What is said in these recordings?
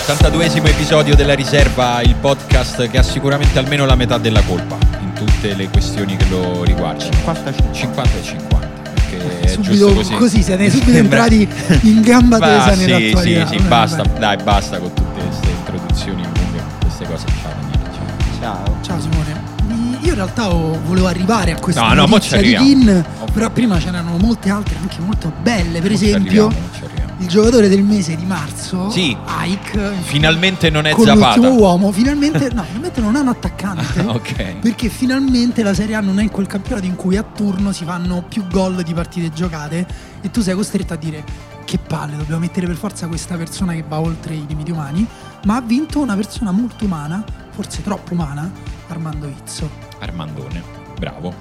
72esimo episodio della Riserva, il podcast che ha sicuramente almeno la metà della colpa in tutte le questioni che lo riguardano. 50 e 50. Perché è subito giusto così siete subito entrati in gamba tesa nell'attualità. Sì, basta, dai, basta con tutte queste introduzioni lunghe, queste cose. Ciao Simone. Io in realtà volevo arrivare a questa notizia di Keane, però prima c'erano molte altre anche molto belle, per esempio il giocatore del mese di marzo, sì, Ike, finalmente non è con Zapata, l'ultimo uomo, finalmente non ha un attaccante. Okay. Perché finalmente la Serie A non è in quel campionato in cui a turno si fanno più gol di partite giocate e tu sei costretto a dire che palle, dobbiamo mettere per forza questa persona che va oltre i limiti umani, ma ha vinto una persona molto umana, forse troppo umana, Armando Izzo. Armandone, bravo.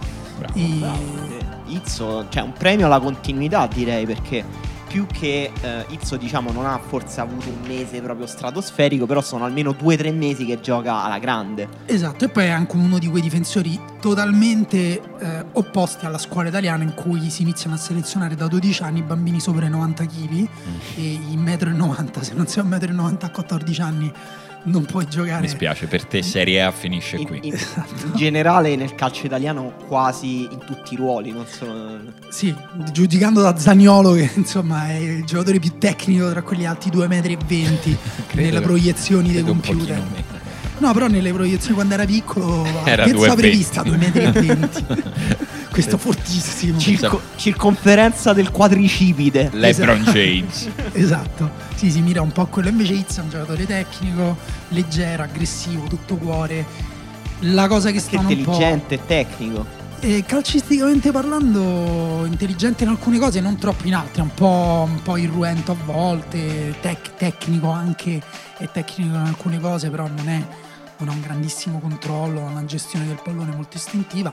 Izzo, cioè un premio alla continuità, direi, perché più che Izzo, diciamo, non ha forse avuto un mese proprio stratosferico, però sono almeno 2-3 mesi che gioca alla grande. Esatto, e poi è anche uno di quei difensori totalmente opposti alla scuola italiana, in cui si iniziano a selezionare da 12 anni bambini sopra i 90 kg e i 1,90 m. Se non sei 1,90 m a 14 anni non puoi giocare. Mi spiace, per te Serie A finisce qui. In generale nel calcio italiano quasi in tutti i ruoli, non solo... Sì, giudicando da Zaniolo, che insomma è il giocatore più tecnico tra quelli alti 2,20 m nelle proiezioni dei computer. No, però nelle proiezioni quando era piccolo era altezza prevista 2,20 m. Questo fortissimo. Circonferenza del quadricipite. LeBron James. Esatto. Sì, si mira un po' a quello. Invece Izzo è un giocatore tecnico, leggero, aggressivo, tutto cuore. La cosa che stanno un po'... intelligente e tecnico. Calcisticamente parlando, intelligente in alcune cose, non troppo in altre. Un po' irruento a volte, tecnico anche, è tecnico in alcune cose, però non ha un grandissimo controllo, ha una gestione del pallone molto istintiva.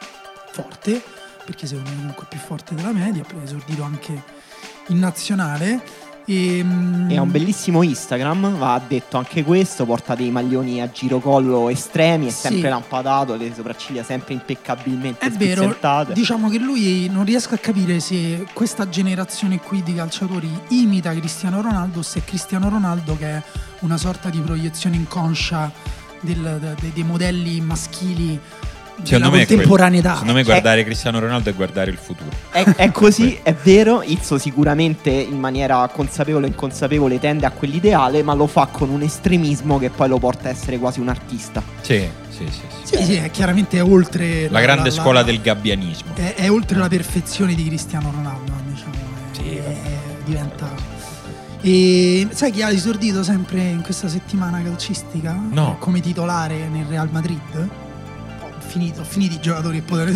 Forte, perché secondo me comunque più forte della media, ha esordito anche in nazionale e ha un bellissimo Instagram, va detto anche questo, porta dei maglioni a girocollo estremi, è sempre lampadato, le sopracciglia sempre impeccabilmente spezzettate. Vero, diciamo che lui, non riesco a capire se questa generazione qui di calciatori imita Cristiano Ronaldo o se è Cristiano Ronaldo che è una sorta di proiezione inconscia dei modelli maschili della contemporaneità. Secondo me guardare Cristiano Ronaldo è guardare il futuro. È così, è vero. Izzo sicuramente in maniera consapevole o inconsapevole tende a quell'ideale, ma lo fa con un estremismo che poi lo porta a essere quasi un artista. Sì, è chiaramente è oltre la grande scuola del gabbianismo. È oltre la perfezione di Cristiano Ronaldo, diciamo. Diventa. E sai chi ha esordito sempre in questa settimana calcistica? No. Come titolare nel Real Madrid? Finiti i giocatori che potevano.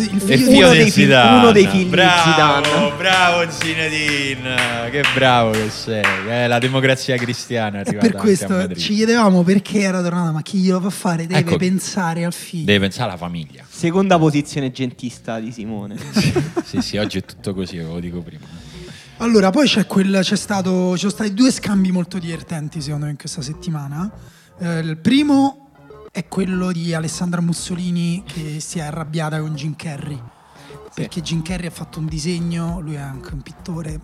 Uno dei figli di Zidane. Bravo Zinedine, che bravo che sei. La democrazia cristiana è arrivata. E per questo ci chiedevamo perché era tornato, ma chi glielo fa fare? Deve pensare al figlio. Deve pensare alla famiglia. Seconda posizione gentista di Simone. sì, oggi è tutto così, ve lo dico prima. Allora, poi ci sono stati due scambi molto divertenti secondo me in questa settimana. Il primo è quello di Alessandra Mussolini che si è arrabbiata con Jim Carrey, perché Jim Carrey ha fatto un disegno, lui è anche un pittore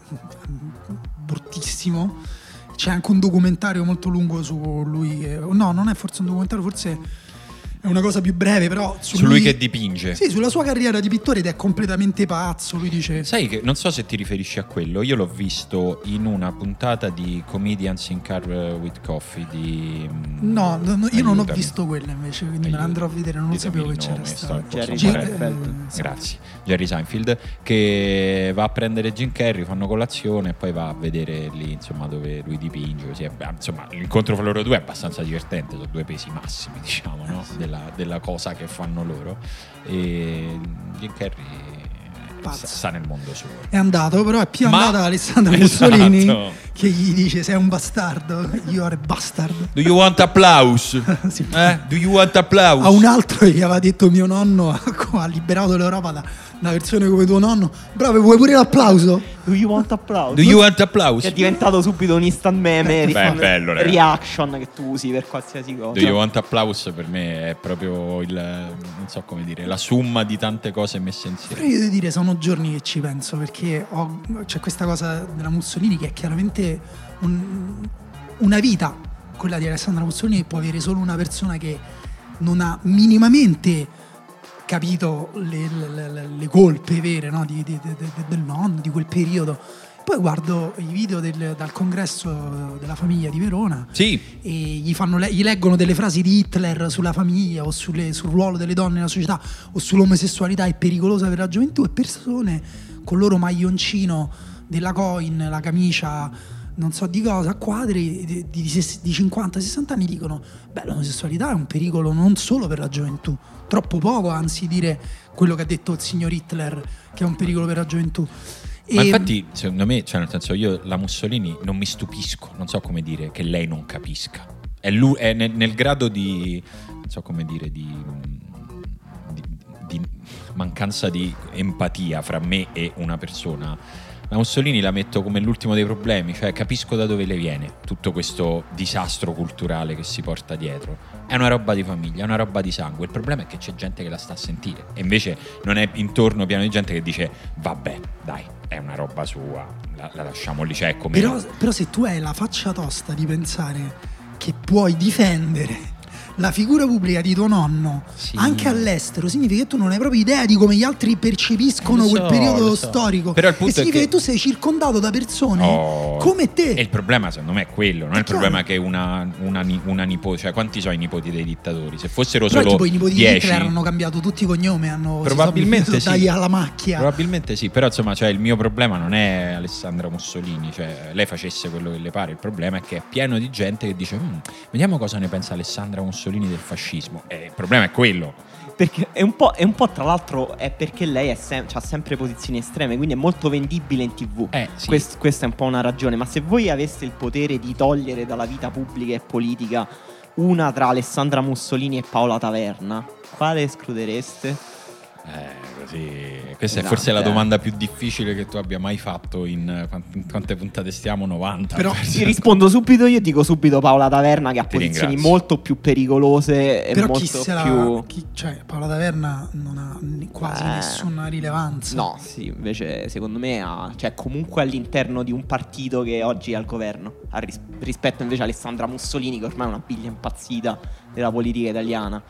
bruttissimo, c'è anche un documentario molto lungo su lui, no, non è forse un documentario, forse è una cosa più breve, però su lui che dipinge. Sì, sulla sua carriera di pittore, ed è completamente pazzo. Lui dice... Sai che non so se ti riferisci a quello, io l'ho visto in una puntata di Comedians in Car with Coffee di... No, io non ho visto quella invece, quindi me la andrò a vedere, non sapevo che c'era stato. Grazie. Jerry Seinfeld, che va a prendere Jim Carrey, fanno colazione e poi va a vedere lì, insomma, dove lui dipinge. Così insomma, l'incontro fra loro due è abbastanza divertente, sono due pesi massimi, diciamo, no? Della cosa che fanno loro, e Jim Carrey sta nel mondo suo. È andato, però è più andata Alessandra Mussolini che gli dice: sei un bastardo, you are a bastard. Do you want applause? Sì. Do you want applause? A un altro gli aveva detto: mio nonno ha liberato l'Europa da una persona come tuo nonno. Bravo, vuoi pure l'applauso? Do you want applause? Do you want applause? È diventato subito un instant meme, bello, reaction che tu usi per qualsiasi cosa. Do you want applause per me è proprio non so come dire, la summa di tante cose messe insieme. Però io devo dire, sono giorni che ci penso, perché c'è questa cosa della Mussolini che è chiaramente una vita quella di Alessandra Mussolini può avere solo una persona che non ha minimamente capito le colpe vere, no? del nonno, di quel periodo. Poi guardo i video dal congresso della famiglia di Verona, sì, e gli leggono delle frasi di Hitler sulla famiglia o sul ruolo delle donne nella società o sull'omosessualità è pericolosa per la gioventù, e persone con loro maglioncino della Coin, la camicia non so di cosa, a quadri di 50-60 anni dicono l'omosessualità è un pericolo non solo per la gioventù, troppo poco, anzi dire quello che ha detto il signor Hitler, che è un pericolo per la gioventù. Ma infatti secondo me, cioè nel senso, io la Mussolini non mi stupisco, non so come dire che lei non capisca, è nel grado di, non so come dire, di mancanza di empatia fra me e una persona. La Mussolini la metto come l'ultimo dei problemi, cioè capisco da dove le viene tutto questo disastro culturale che si porta dietro. È una roba di famiglia, è una roba di sangue. Il problema è che c'è gente che la sta a sentire e invece non è intorno pieno di gente che dice vabbè, dai, è una roba sua, la lasciamo lì, cioè come... Però se tu hai la faccia tosta di pensare che puoi difendere la figura pubblica di tuo nonno, sì, anche all'estero, significa che tu non hai proprio idea di come gli altri percepiscono quel periodo storico. Però il punto significa è che tu sei circondato da persone come te. E il problema secondo me è quello, non è il problema che una nipote, cioè quanti sono i nipoti dei dittatori? Se fossero però solo tipo i nipoti 10, di Hitler hanno cambiato tutti i cognomi, probabilmente sì, alla macchia. Probabilmente sì, però insomma, cioè, il mio problema non è Alessandra Mussolini, cioè lei facesse quello che le pare, il problema è che è pieno di gente che dice vediamo cosa ne pensa Alessandra Mussolini del fascismo. Il problema è quello. Perché è un po' tra l'altro è perché lei ha sempre posizioni estreme, quindi è molto vendibile in TV. Sì. Questa è un po' una ragione. Ma se voi aveste il potere di togliere dalla vita pubblica e politica una tra Alessandra Mussolini e Paola Taverna, quale escludereste? Così. Questa è forse la domanda più difficile che tu abbia mai fatto in quante puntate stiamo? 90. Però ti rispondo subito io, dico subito Paola Taverna, che ha posizioni molto più pericolose e però molto cioè Paola Taverna non ha quasi nessuna rilevanza. No, sì, invece secondo me cioè comunque all'interno di un partito che oggi è al governo, rispetto invece a Alessandra Mussolini, che ormai è una biglia impazzita della politica italiana.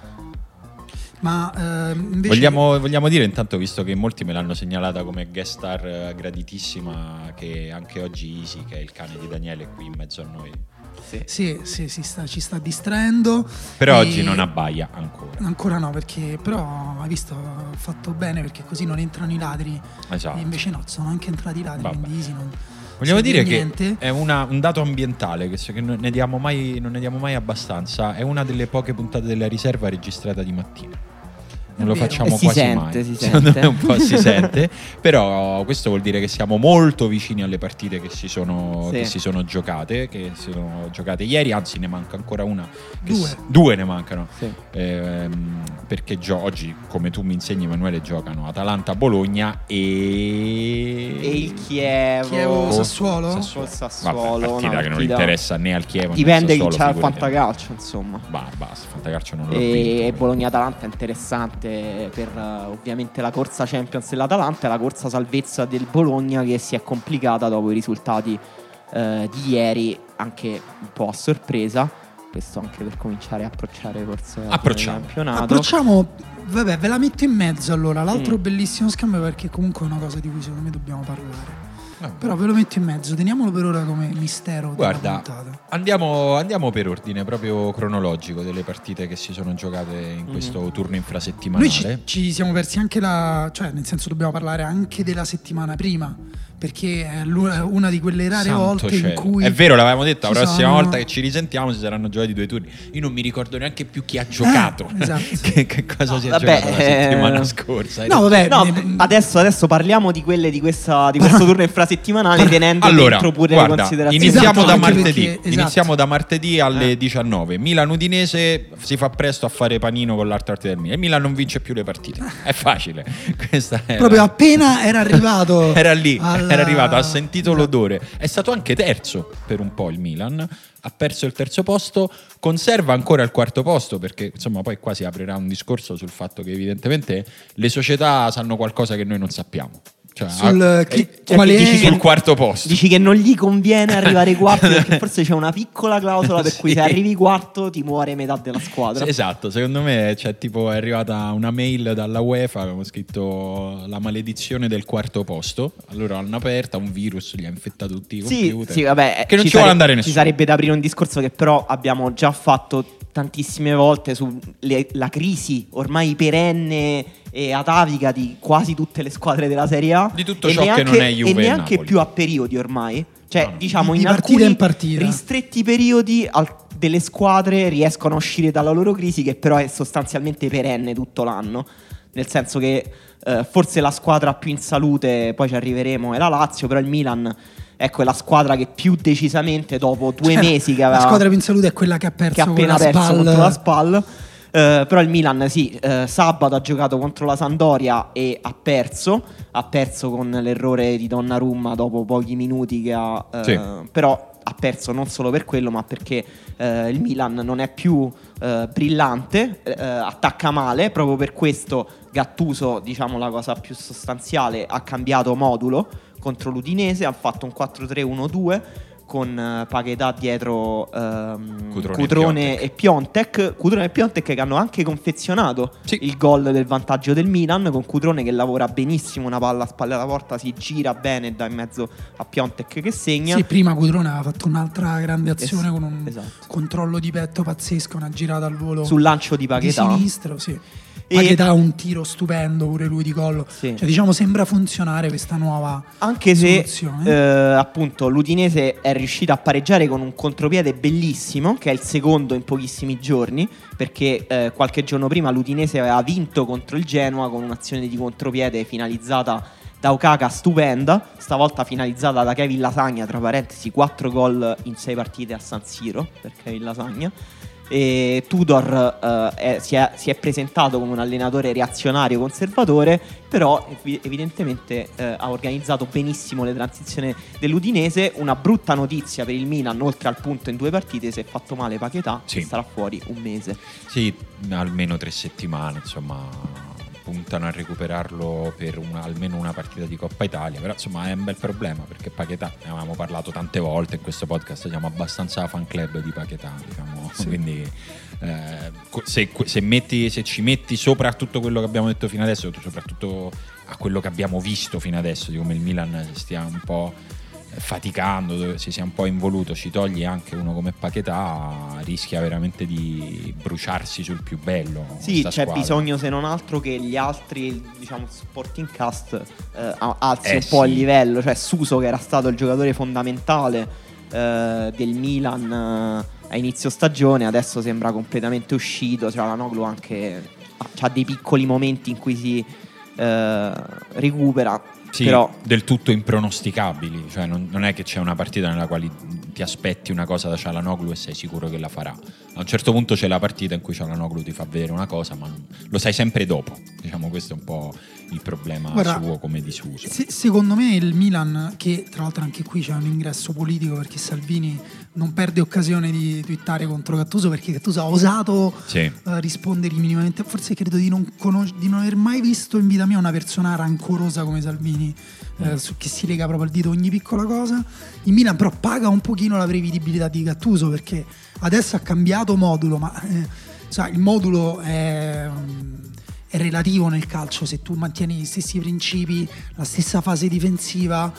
Ma invece... vogliamo dire intanto, visto che molti me l'hanno segnalata come guest star graditissima, che anche oggi Easy, che è il cane di Daniele, è qui in mezzo a noi. Sì, ci sta distraendo. Però oggi non abbaia ancora no, perché però hai visto, ha fatto bene, perché così non entrano i ladri. Esatto. E invece no, sono anche entrati i ladri. Quindi Easy non... Vogliamo dire che è un dato ambientale che non ne diamo mai abbastanza. È una delle poche puntate della riserva registrata di mattina. Non lo facciamo quasi mai. Secondo me un po' si sente. Però questo vuol dire che siamo molto vicini alle partite che si sono giocate. Che si sono giocate ieri. Anzi, ne manca ancora una. Due ne mancano. Sì. Perché oggi, come tu mi insegni, Emanuele, giocano Atalanta-Bologna e il Chievo-Sassuolo. Vabbè, partita che non interessa né al Chievo. Dipende chi c'ha il fantacalcio, insomma. Basta, fantacalcio non lo e Bologna-Atalanta è interessante per ovviamente la corsa Champions dell'Atalanta e la corsa salvezza del Bologna, che si è complicata dopo i risultati di ieri, anche un po' a sorpresa. Questo anche per cominciare a approcciare forse il campionato. Approcciamo, vabbè, ve la metto in mezzo allora. L'altro bellissimo scambio, perché comunque è una cosa di cui secondo me dobbiamo parlare. Però ve lo metto in mezzo, teniamolo per ora come mistero. Guarda, andiamo per ordine proprio cronologico delle partite che si sono giocate in questo turno infrasettimanale. Noi ci siamo persi anche cioè nel senso dobbiamo parlare anche della settimana prima, perché è una di quelle rare volte in cui... È vero, l'avevamo detto, la prossima volta che ci risentiamo si saranno giocati 2 turni. Io non mi ricordo neanche più chi ha giocato. Esatto. che cosa si è giocato la settimana scorsa. Adesso parliamo di quelle di questo turno infrasettimanale, tenendo dentro pure le considerazioni. Iniziamo da martedì alle 19. Milan-Udinese, si fa presto a fare panino con l'altra parte del Milan. E Milan non vince più le partite. È facile. Proprio appena era arrivato. Era lì. Era arrivato, ha sentito l'odore. È stato anche terzo per un po' il Milan. Ha perso il terzo posto, conserva ancora il quarto posto, perché insomma poi qua si aprirà un discorso sul fatto che evidentemente le società sanno qualcosa che noi non sappiamo. Cioè, sul quarto posto. Dici che non gli conviene arrivare quarto perché forse c'è una piccola clausola per cui se arrivi quarto ti muore metà della squadra. Esatto, secondo me tipo è arrivata una mail dalla UEFA, avevamo scritto la maledizione del quarto posto. Allora l'hanno aperta, un virus gli ha infettato tutti i computer. Sì, vabbè, che non ci vuole andare nessuno. Ci sarebbe da aprire un discorso che però abbiamo già fatto tantissime volte sulla crisi ormai perenne e atavica di quasi tutte le squadre della Serie A, di tutto ciò che non è Juve e neanche Napoli. più a periodi ormai, cioè no. diciamo di in partita alcuni in partita. ristretti periodi delle squadre riescono a uscire dalla loro crisi, che però è sostanzialmente perenne tutto l'anno, nel senso che forse la squadra più in salute, poi ci arriveremo, è la Lazio, però il Milan ecco è la squadra che più decisamente dopo 2 mesi che aveva, la squadra più in salute è quella che ha perso, che ha appena perso contro la Spal. Però il Milan sabato ha giocato contro la Sampdoria e ha perso con l'errore di Donnarumma dopo pochi minuti che ha però ha perso non solo per quello, ma perché il Milan non è più brillante, attacca male, proprio per questo Gattuso, diciamo la cosa più sostanziale, ha cambiato modulo contro l'Udinese, ha fatto un 4-3-1-2 con Paquetá dietro Cutrone e Piontek. Cutrone e Piontek che hanno anche confezionato il gol del vantaggio del Milan, con Cutrone che lavora benissimo una palla a spalle alla porta, si gira bene e dà in mezzo a Piontek che segna. Sì, prima Cutrone aveva fatto un'altra grande azione con un controllo di petto pazzesco, una girata al volo sul lancio di Paquetá di sinistro, sì. Paquetá ha un tiro stupendo pure lui di gol, cioè diciamo sembra funzionare questa nuova anche soluzione. Se appunto l'Udinese è riuscita a pareggiare con un contropiede bellissimo, che è il secondo in pochissimi giorni, perché qualche giorno prima l'Udinese aveva vinto contro il Genoa con un'azione di contropiede finalizzata da Okaka stupenda, stavolta finalizzata da Kevin Lasagna, tra parentesi 4 gol in 6 partite a San Siro per Kevin Lasagna. E Tudor si è presentato come un allenatore reazionario conservatore, però evidentemente ha organizzato benissimo le transizioni dell'Udinese. Una brutta notizia per il Milan, oltre al punto in 2 partite, si è fatto male Paquetá, che starà fuori un mese. Sì, almeno 3 settimane, insomma puntano a recuperarlo per almeno una partita di Coppa Italia, però insomma è un bel problema perché Paquetá, ne avevamo parlato tante volte in questo podcast, siamo abbastanza fan club di Paquetá, diciamo, quindi se ci metti sopra tutto quello che abbiamo detto fino adesso, soprattutto a quello che abbiamo visto fino adesso, di come il Milan stia un po' faticando, dove si sia un po' involuto, ci togli anche uno come Paquetá, rischia veramente di bruciarsi sul più bello. Sì, c'è squadra. Bisogno se non altro che gli altri, diciamo, supporting cast alzi un po' il livello, cioè Suso, che era stato il giocatore fondamentale del Milan a inizio stagione, adesso sembra completamente uscito. Çalhanoğlu anche ha dei piccoli momenti in cui si recupera. Sì, però del tutto impronosticabili, cioè non è che c'è una partita nella quale ti aspetti una cosa da Çalhanoğlu e sei sicuro che la farà. A un certo punto c'è la partita in cui Çalhanoğlu ti fa vedere una cosa, ma lo sai sempre dopo. Diciamo, questo è un po' il problema suo come disuso. Secondo me il Milan, che tra l'altro anche qui c'è un ingresso politico, perché Salvini non perde occasione di twittare contro Gattuso, perché Gattuso ha osato rispondere minimamente. Forse credo di non aver mai visto in vita mia una persona rancorosa come Salvini, che si lega proprio al dito ogni piccola cosa. Il Milan però paga un pochino la prevedibilità di Gattuso, perché adesso ha cambiato modulo, ma il modulo è relativo nel calcio. Se tu mantieni gli stessi principi, la stessa fase difensiva,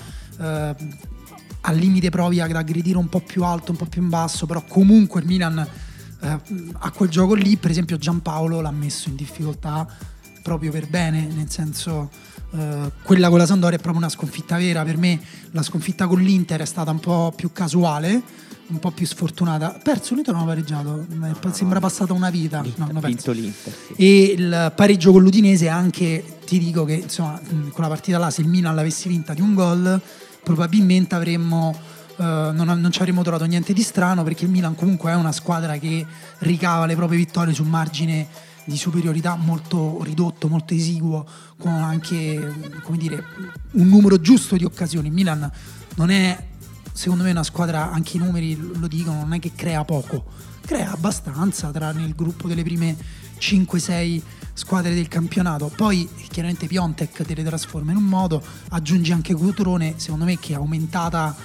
al limite provi ad aggredire un po' più alto, un po' più in basso, però comunque il Milan a quel gioco lì, per esempio Giampaolo l'ha messo in difficoltà proprio per bene, nel senso quella con la Sampdoria è proprio una sconfitta vera. Per me la sconfitta con l'Inter è stata un po' più casuale, un po' più sfortunata. Perso l'Inter, non ho pareggiato, sembra passata una vita. Ha vinto l'Inter, sì. E il pareggio con l'Udinese anche, ti dico che insomma quella partita là, se il Milan l'avesse vinta di un gol, probabilmente avremmo non ci avremmo trovato niente di strano, perché il Milan comunque è una squadra che ricava le proprie vittorie su margine di superiorità molto ridotto, molto esiguo, con anche, come dire, un numero giusto di occasioni. Il Milan non è, secondo me, una squadra, anche i numeri lo dicono, non è che crea poco, crea abbastanza, tra nel gruppo delle prime 5-6 squadre del campionato. Poi chiaramente Piontek te le trasforma in un modo, aggiungi anche Cutrone, secondo me, che è aumentata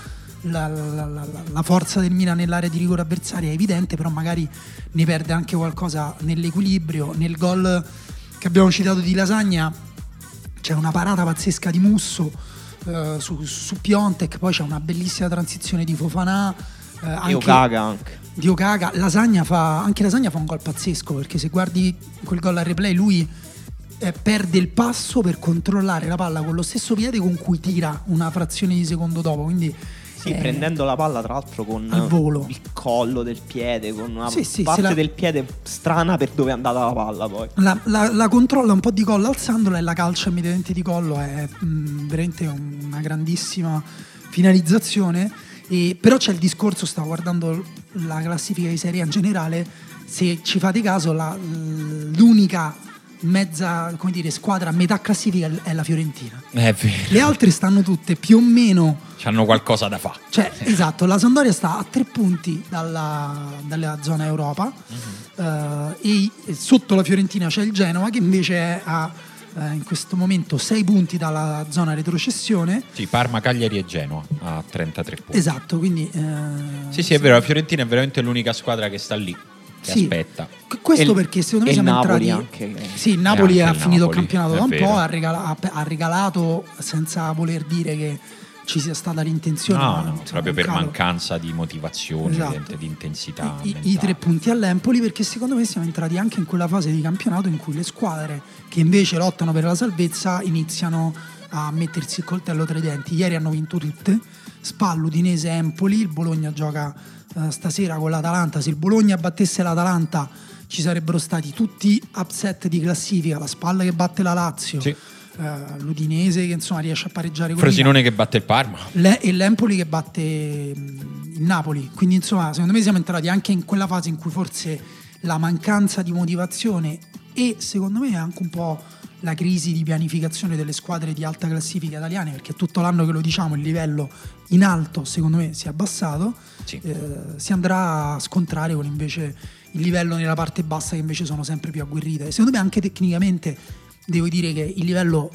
la forza del Milan nell'area di rigore avversaria, è evidente, però magari ne perde anche qualcosa nell'equilibrio. Nel gol che abbiamo citato di Lasagna c'è una parata pazzesca di Musso su Piontek, poi c'è una bellissima transizione di Fofana, e Okaga anche. Di Okaga. Lasagna fa un gol pazzesco, perché se guardi quel gol al replay lui perde il passo per controllare la palla con lo stesso piede con cui tira una frazione di secondo dopo, quindi sì, prendendo la palla tra l'altro con al volo, il collo del piede, con una sì, parte del piede strana per dove è andata la palla. Poi la controlla un po' di collo alzandola e la calcia immediatamente di collo. È veramente una grandissima finalizzazione. Però c'è il discorso, stavo guardando la classifica di Serie A in generale, se ci fate caso l'unica mezza, come dire, squadra a metà classifica è la Fiorentina. Le altre stanno tutte più o meno, c'hanno qualcosa da fare. Cioè, esatto, la Sampdoria sta a 3 punti dalla zona Europa, e sotto la Fiorentina c'è il Genova, che invece è in questo momento 6 punti dalla zona retrocessione. Sì, Parma, Cagliari e Genoa a 33 punti. Esatto, quindi sì, è vero, la Fiorentina è veramente l'unica squadra che sta lì, che aspetta. Questo perché secondo me siamo Napoli entrati anche. Sì, il Napoli ha finito il Napoli, campionato da un vero. po', ha regalato, senza voler dire che ci sia stata l'intenzione, No, insomma, proprio per calo. mancanza di motivazione, Esatto. di intensità. I 3 punti all'Empoli, perché secondo me siamo entrati anche in quella fase di campionato in cui le squadre che invece lottano per la salvezza iniziano a mettersi il coltello tra i denti. Ieri hanno vinto tutte, Spal, Udinese, Empoli. Il Bologna gioca stasera con l'Atalanta. Se il Bologna battesse l'Atalanta ci sarebbero stati tutti upset di classifica, la Spal che batte la Lazio, Sì. l'Udinese che insomma riesce a pareggiare con Frosinone che batte il Parma. e l'Empoli che batte il Napoli. Quindi insomma secondo me siamo entrati anche in quella fase in cui forse la mancanza di motivazione e secondo me anche un po' la crisi di pianificazione delle squadre di alta classifica italiane, perché tutto l'anno che lo diciamo il livello in alto secondo me si è abbassato, Sì. si andrà a scontrare con invece il livello nella parte bassa, che invece sono sempre più agguerrite. E secondo me anche tecnicamente devo dire che il livello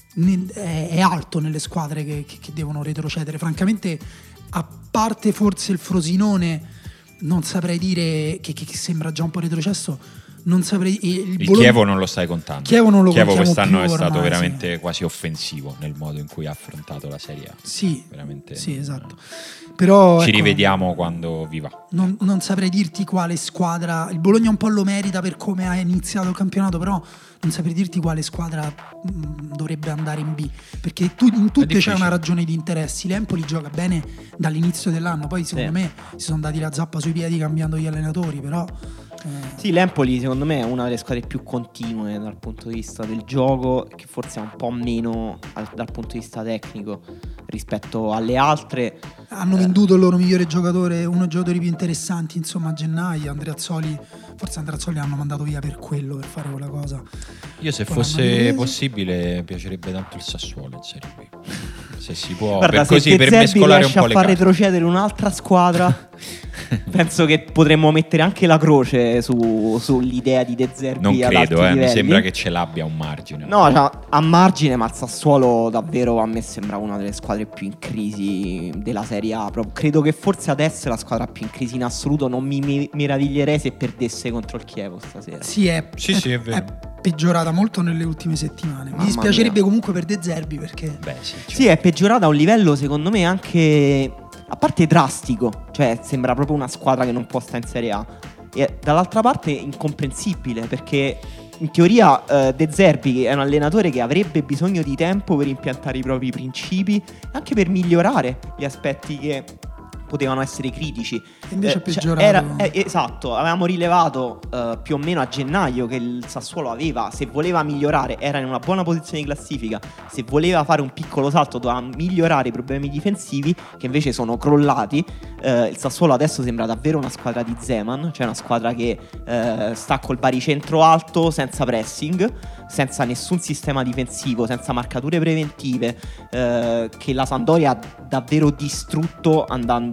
è alto nelle squadre che devono retrocedere. Francamente, a parte forse il Frosinone, non saprei dire, che sembra già un po' retrocesso, non saprei. Il Chievo non lo stai contando. Chievo non lo Chievo contiamo quest'anno più è stato ormai, veramente sì. quasi offensivo nel modo in cui ha affrontato la Serie A. Sì, Veramente sì, esatto. Però ci ecco, rivediamo quando vi va. non saprei dirti quale squadra. Il Bologna un po' lo merita per come ha iniziato il campionato, però non saprei dirti quale squadra dovrebbe andare in B, perché in tutte c'è una ragione di interessi. L'Empoli gioca bene dall'inizio dell'anno, poi secondo me si sono dati la zappa sui piedi cambiando gli allenatori, però sì, l'Empoli secondo me è una delle squadre più continue dal punto di vista del gioco, che forse è un po' meno dal punto di vista tecnico rispetto alle altre. hanno venduto il loro migliore giocatore, uno dei giocatori più interessanti, insomma, a gennaio. Andreazzoli, forse Andreazzoli l'hanno mandato via per quello, per fare quella cosa. Io se Poi fosse l'hanno ripreso. possibile piacerebbe tanto il Sassuolo in Serie B. Se si può, Guarda, per se per De Zerbi mescolare un riesce po' a le far carte. retrocedere un'altra squadra, penso che potremmo mettere anche la croce sull'idea di De Zerbi. Non ad credo, alti mi livelli. sembra che ce l'abbia un margine. No, cioè, a margine, ma il Sassuolo davvero a me sembra una delle squadre più in crisi della Serie A. Credo che forse adesso è la squadra più in crisi in assoluto. Non mi meraviglierei se perdesse contro il Chievo stasera. Sì, è vero. è peggiorata molto nelle ultime settimane. Mi Mamma dispiacerebbe mia. comunque per De Zerbi, perché Beh, sì, certo. Sì, è peggiorata a un livello secondo me anche, a parte drastico, cioè sembra proprio una squadra che non può stare in Serie A, e dall'altra parte incomprensibile, perché in teoria De Zerbi è un allenatore che avrebbe bisogno di tempo per impiantare i propri principi, anche per migliorare gli aspetti che potevano essere critici. E invece è peggiorato. Esatto, avevamo rilevato più o meno a gennaio che il Sassuolo aveva, se voleva migliorare, era in una buona posizione di classifica, se voleva fare un piccolo salto doveva migliorare i problemi difensivi, che invece sono crollati. Il Sassuolo adesso sembra davvero una squadra di Zeman, cioè una squadra che sta col baricentro alto, senza pressing, senza nessun sistema difensivo, senza marcature preventive, che la Sampdoria ha davvero distrutto andando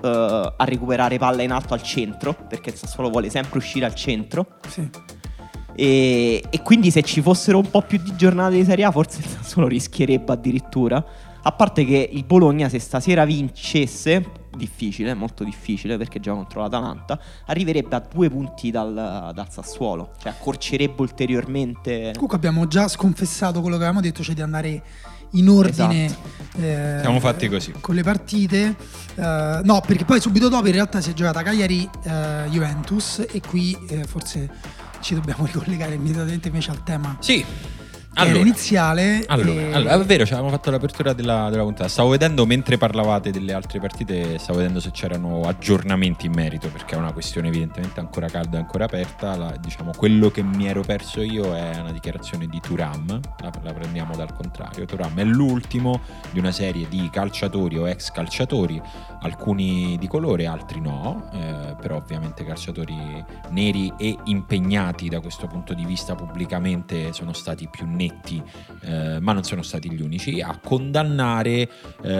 a recuperare palla in alto al centro, perché il Sassuolo vuole sempre uscire al centro. sì. E quindi se ci fossero un po' più di giornate di Serie A forse il Sassuolo rischierebbe addirittura. A parte che il Bologna, se stasera vincesse, difficile, molto difficile perché gioca contro l'Atalanta, arriverebbe a 2 punti dal Sassuolo, cioè accorcerebbe ulteriormente. Comunque abbiamo già sconfessato quello che avevamo detto, cioè di andare in ordine. Esatto. Siamo fatti così con le partite. No, perché poi subito dopo in realtà si è giocata Cagliari Juventus, e qui forse ci dobbiamo ricollegare immediatamente invece al tema. Sì. Allora, iniziale. Allora, è vero, ci avevamo fatto l'apertura della puntata. Stavo vedendo, mentre parlavate delle altre partite, stavo vedendo se c'erano aggiornamenti in merito, perché è una questione evidentemente ancora calda e ancora aperta. Diciamo, quello che mi ero perso io è una dichiarazione di Thuram. La prendiamo dal contrario. Thuram è l'ultimo di una serie di calciatori o ex calciatori, alcuni di colore, altri no, però ovviamente calciatori neri e impegnati da questo punto di vista pubblicamente sono stati più netti, ma non sono stati gli unici a condannare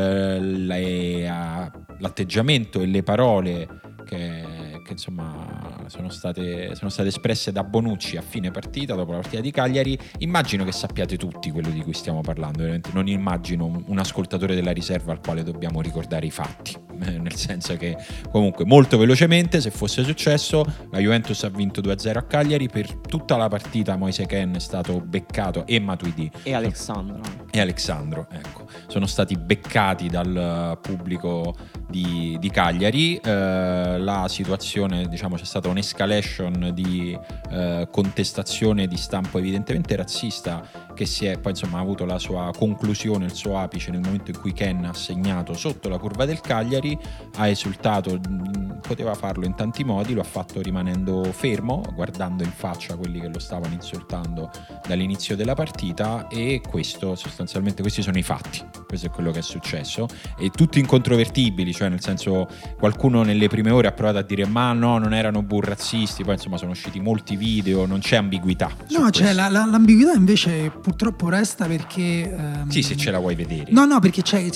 l'atteggiamento e le parole che insomma sono state espresse da Bonucci a fine partita, dopo la partita di Cagliari. Immagino che sappiate tutti quello di cui stiamo parlando, veramente non immagino un ascoltatore della riserva al quale dobbiamo ricordare i fatti, nel senso che comunque molto velocemente, se fosse successo, la Juventus ha vinto 2-0 a Cagliari. Per tutta la partita Moise Kean è stato beccato, e Matuidi e Alexandro, ecco, sono stati beccati dal pubblico di Cagliari. La situazione, diciamo, c'è stata un'escalation di contestazione di stampo evidentemente razzista, che si è poi insomma avuto la sua conclusione, il suo apice nel momento in cui Kean ha segnato sotto la curva del Cagliari, ha esultato, poteva farlo in tanti modi, lo ha fatto rimanendo fermo, guardando in faccia quelli che lo stavano insultando dall'inizio della partita, e questo sostanzialmente, questi sono i fatti, questo è quello che è successo, e tutti incontrovertibili, cioè nel senso, qualcuno nelle prime ore ha provato a dire ma no, non erano razzisti, poi insomma sono usciti molti video, non c'è ambiguità. No, cioè l'ambiguità invece purtroppo resta, perché sì, se ce la vuoi vedere. No, perché c'è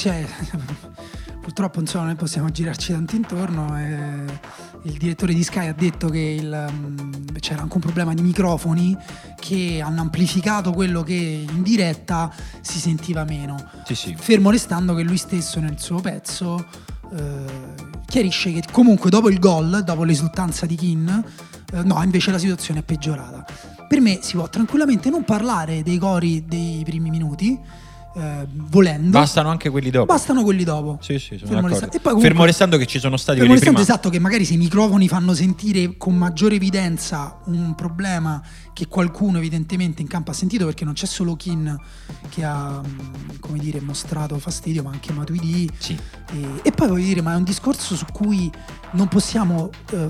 purtroppo insomma noi possiamo girarci tanto intorno. Il direttore di Sky ha detto che c'era anche un problema di microfoni che hanno amplificato quello che in diretta si sentiva meno. Sì. Fermo restando che lui stesso nel suo pezzo chiarisce che comunque dopo il gol, dopo l'esultanza di Kean, no, invece la situazione è peggiorata. Per me si può tranquillamente non parlare dei cori dei primi minuti, volendo. Bastano anche quelli dopo. Bastano quelli dopo. Sì, sono fermo d'accordo. E poi comunque, fermo restando che ci sono stati fermo quelli restando, prima. esatto, che magari se i microfoni fanno sentire con maggiore evidenza un problema che qualcuno evidentemente in campo ha sentito, perché non c'è solo Kean che ha, come dire, mostrato fastidio, ma anche Matuidi. Sì. E poi voglio dire, ma è un discorso su cui non possiamo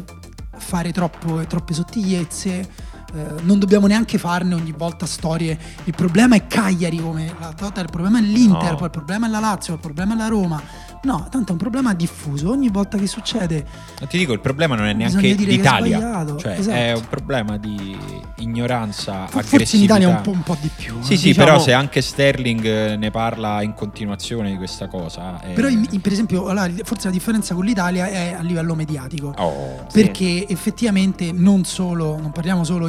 fare troppe sottigliezze. Non dobbiamo neanche farne ogni volta storie. Il problema è Cagliari, come l'altra volta il problema è l'Inter, No. poi il problema è la Lazio, il problema è la Roma. No, tanto è un problema diffuso. Ogni volta che succede, Ti dico, il problema non è neanche bisogna dire che è l'Italia, sbagliato. cioè Esatto. è un problema di ignoranza, forse in aggressività. Italia un po' di più. Sì, diciamo- però se anche Sterling ne parla in continuazione di questa cosa. Però per esempio, allora, forse la differenza con l'Italia è a livello mediatico. Perché effettivamente non parliamo solo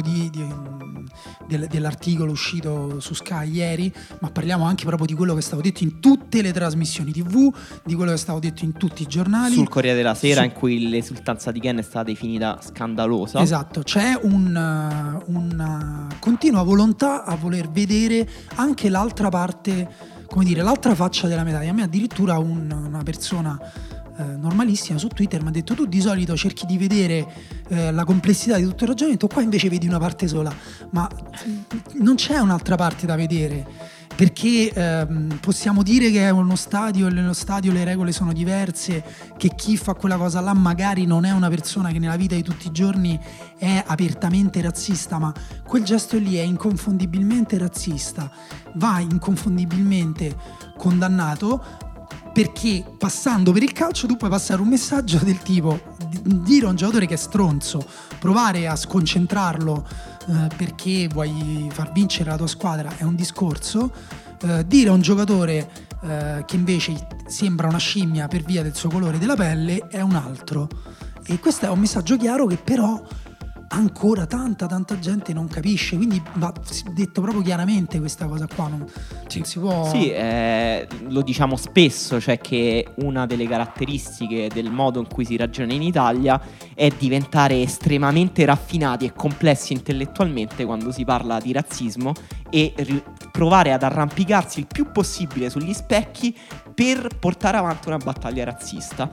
dell'articolo uscito su Sky ieri, ma parliamo anche proprio di quello che è stato detto in tutte le trasmissioni TV, di quello che è stato detto in tutti i giornali. Sul Corriere della Sera, in cui l'esultanza di Kean è stata definita scandalosa. Esatto, c'è una continua volontà a voler vedere anche l'altra parte, come dire, l'altra faccia della medaglia. A me addirittura una persona normalissima su Twitter mi ha detto: tu di solito cerchi di vedere la complessità di tutto il ragionamento, qua invece vedi una parte sola. Ma non c'è un'altra parte da vedere, perché possiamo dire che è uno stadio e nello stadio le regole sono diverse, che chi fa quella cosa là magari non è una persona che nella vita di tutti i giorni è apertamente razzista, ma quel gesto lì è inconfondibilmente razzista, va inconfondibilmente condannato, perché passando per il calcio tu puoi passare un messaggio del tipo dire a un giocatore che è stronzo, provare a sconcentrarlo perché vuoi far vincere la tua squadra è un discorso, dire a un giocatore che invece sembra una scimmia per via del suo colore della pelle è un altro. E questo è un messaggio chiaro che però ancora tanta gente non capisce, quindi va detto proprio chiaramente questa cosa qua, non si può... Sì, lo diciamo spesso, cioè che una delle caratteristiche del modo in cui si ragiona in Italia è diventare estremamente raffinati e complessi intellettualmente quando si parla di razzismo e provare ad arrampicarsi il più possibile sugli specchi per portare avanti una battaglia razzista.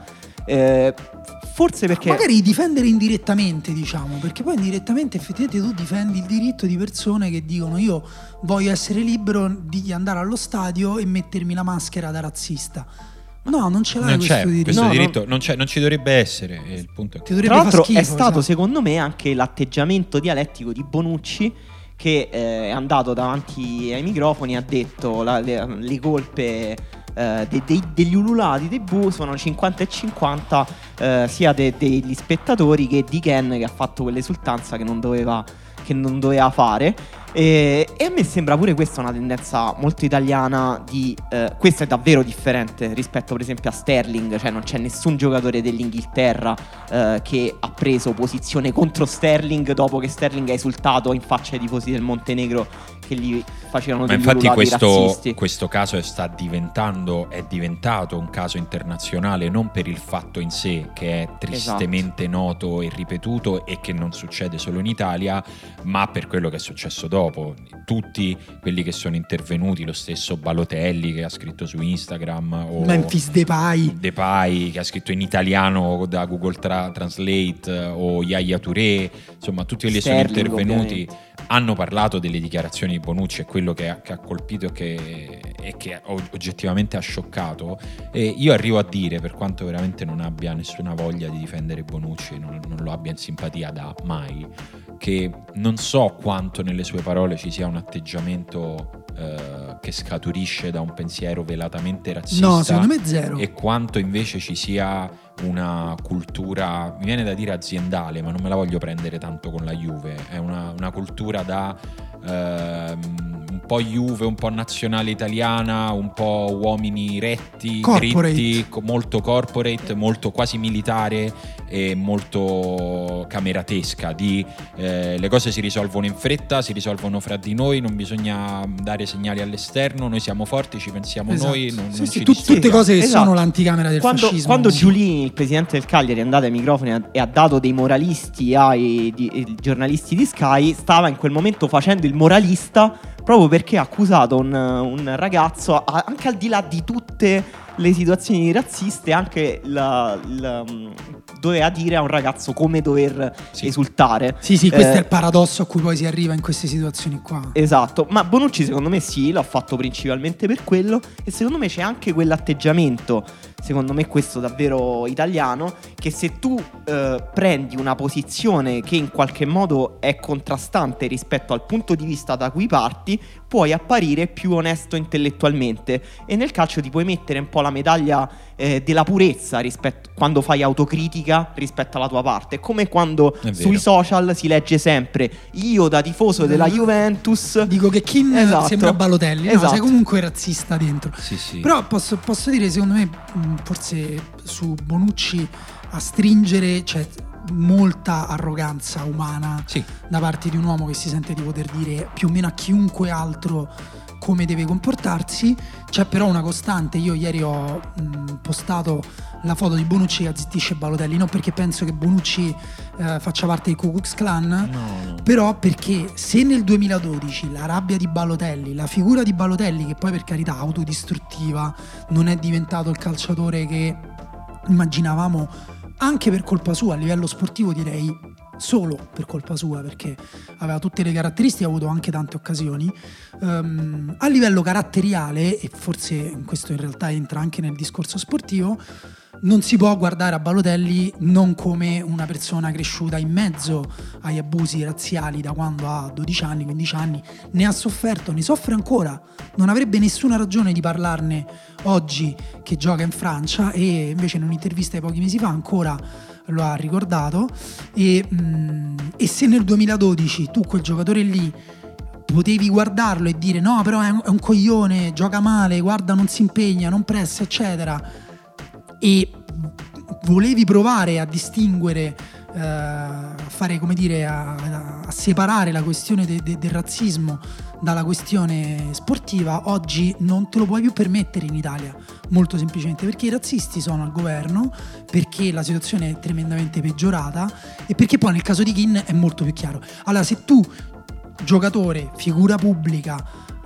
Forse perché magari difendere indirettamente, diciamo, perché poi indirettamente effettivamente tu difendi il diritto di persone che dicono io voglio essere libero di andare allo stadio e mettermi la maschera da razzista. No, non ce l'hai questo diritto. Questo diritto non ci dovrebbe essere, il punto è che... Tra l'altro è stato secondo me anche l'atteggiamento dialettico di Bonucci, che è andato davanti ai microfoni e ha detto le colpe degli ululati, dei bu sono 50 e 50, sia degli spettatori che di Ken, che ha fatto quell'esultanza che non doveva fare. E a me sembra pure questa una tendenza molto italiana questa è davvero differente rispetto per esempio a Sterling, cioè non c'è nessun giocatore dell'Inghilterra che ha preso posizione contro Sterling dopo che Sterling ha esultato in faccia ai tifosi del Montenegro che gli facevano degli ululati razzisti. Questo caso è diventato un caso internazionale non per il fatto in sé, che è tristemente noto e ripetuto e che non succede solo in Italia, ma per quello che è successo dopo. Tutti quelli che sono intervenuti, lo stesso Balotelli che ha scritto su Instagram, o Memphis Depay che ha scritto in italiano da Google Translate, o Yaya Touré, insomma tutti quelli che sono intervenuti ovviamente hanno parlato delle dichiarazioni di Bonucci e quello che ha colpito e che oggettivamente ha scioccato. E io arrivo a dire, per quanto veramente non abbia nessuna voglia di difendere Bonucci, non lo abbia in simpatia da mai, che non so quanto nelle sue parole ci sia un atteggiamento che scaturisce da un pensiero velatamente razzista. No, secondo me zero. E quanto invece ci sia una cultura, mi viene da dire aziendale, ma non me la voglio prendere tanto con la Juve, è una cultura da un po' Juve, un po' nazionale italiana, un po' uomini retti, dritti, molto corporate, molto quasi militare e molto cameratesca, le cose si risolvono in fretta, si risolvono fra di noi, non bisogna dare segnali all'esterno, noi siamo forti, ci pensiamo noi, non ci tutte cose che sono l'anticamera del fascismo. Quando Giulini, il presidente del Cagliari, è andato ai microfoni e ha dato dei moralisti ai giornalisti di Sky, stava in quel momento facendo il moralista proprio perché ha accusato un ragazzo, anche al di là di tutte le situazioni razziste, anche doveva dire a un ragazzo come dover esultare. Sì, questo è il paradosso a cui poi si arriva in queste situazioni qua. Esatto, ma Bonucci secondo me l'ha fatto principalmente per quello, e secondo me c'è anche quell'atteggiamento, secondo me questo davvero italiano, che se tu prendi una posizione che in qualche modo è contrastante rispetto al punto di vista da cui parti, puoi apparire più onesto intellettualmente, e nel calcio ti puoi mettere un po' la medaglia della purezza quando fai autocritica rispetto alla tua parte, come quando sui social si legge sempre io da tifoso della Juventus dico che Kim sembra Balotelli, no, sei comunque razzista dentro. Sì. Però posso dire, secondo me forse su Bonucci a stringere c'è molta arroganza umana da parte di un uomo che si sente di poter dire più o meno a chiunque altro come deve comportarsi. C'è però una costante. Io ieri ho postato la foto di Bonucci che azzittisce Balotelli, non perché penso che Bonucci faccia parte del Ku Klux Klan, no. Però perché se nel 2012 la rabbia di Balotelli, la figura di Balotelli, che poi per carità autodistruttiva, non è diventato il calciatore che immaginavamo, anche per colpa sua a livello sportivo, direi solo per colpa sua, perché aveva tutte le caratteristiche, ha avuto anche tante occasioni, a livello caratteriale, e forse questo in realtà entra anche nel discorso sportivo, non si può guardare a Balotelli non come una persona cresciuta in mezzo agli abusi razziali da quando ha 12 anni, 15 anni, ne ha sofferto, ne soffre ancora, non avrebbe nessuna ragione di parlarne oggi che gioca in Francia, e invece in un'intervista di pochi mesi fa ancora lo ha ricordato. E se nel 2012 tu quel giocatore lì potevi guardarlo e dire no, però è un coglione, gioca male, guarda, non si impegna, non pressa, eccetera, e volevi provare a distinguere a fare, come dire, a separare la questione del razzismo dalla questione sportiva, oggi non te lo puoi più permettere in Italia, molto semplicemente perché i razzisti sono al governo, perché la situazione è tremendamente peggiorata e perché poi nel caso di Keane è molto più chiaro. Allora, se tu, giocatore, figura pubblica,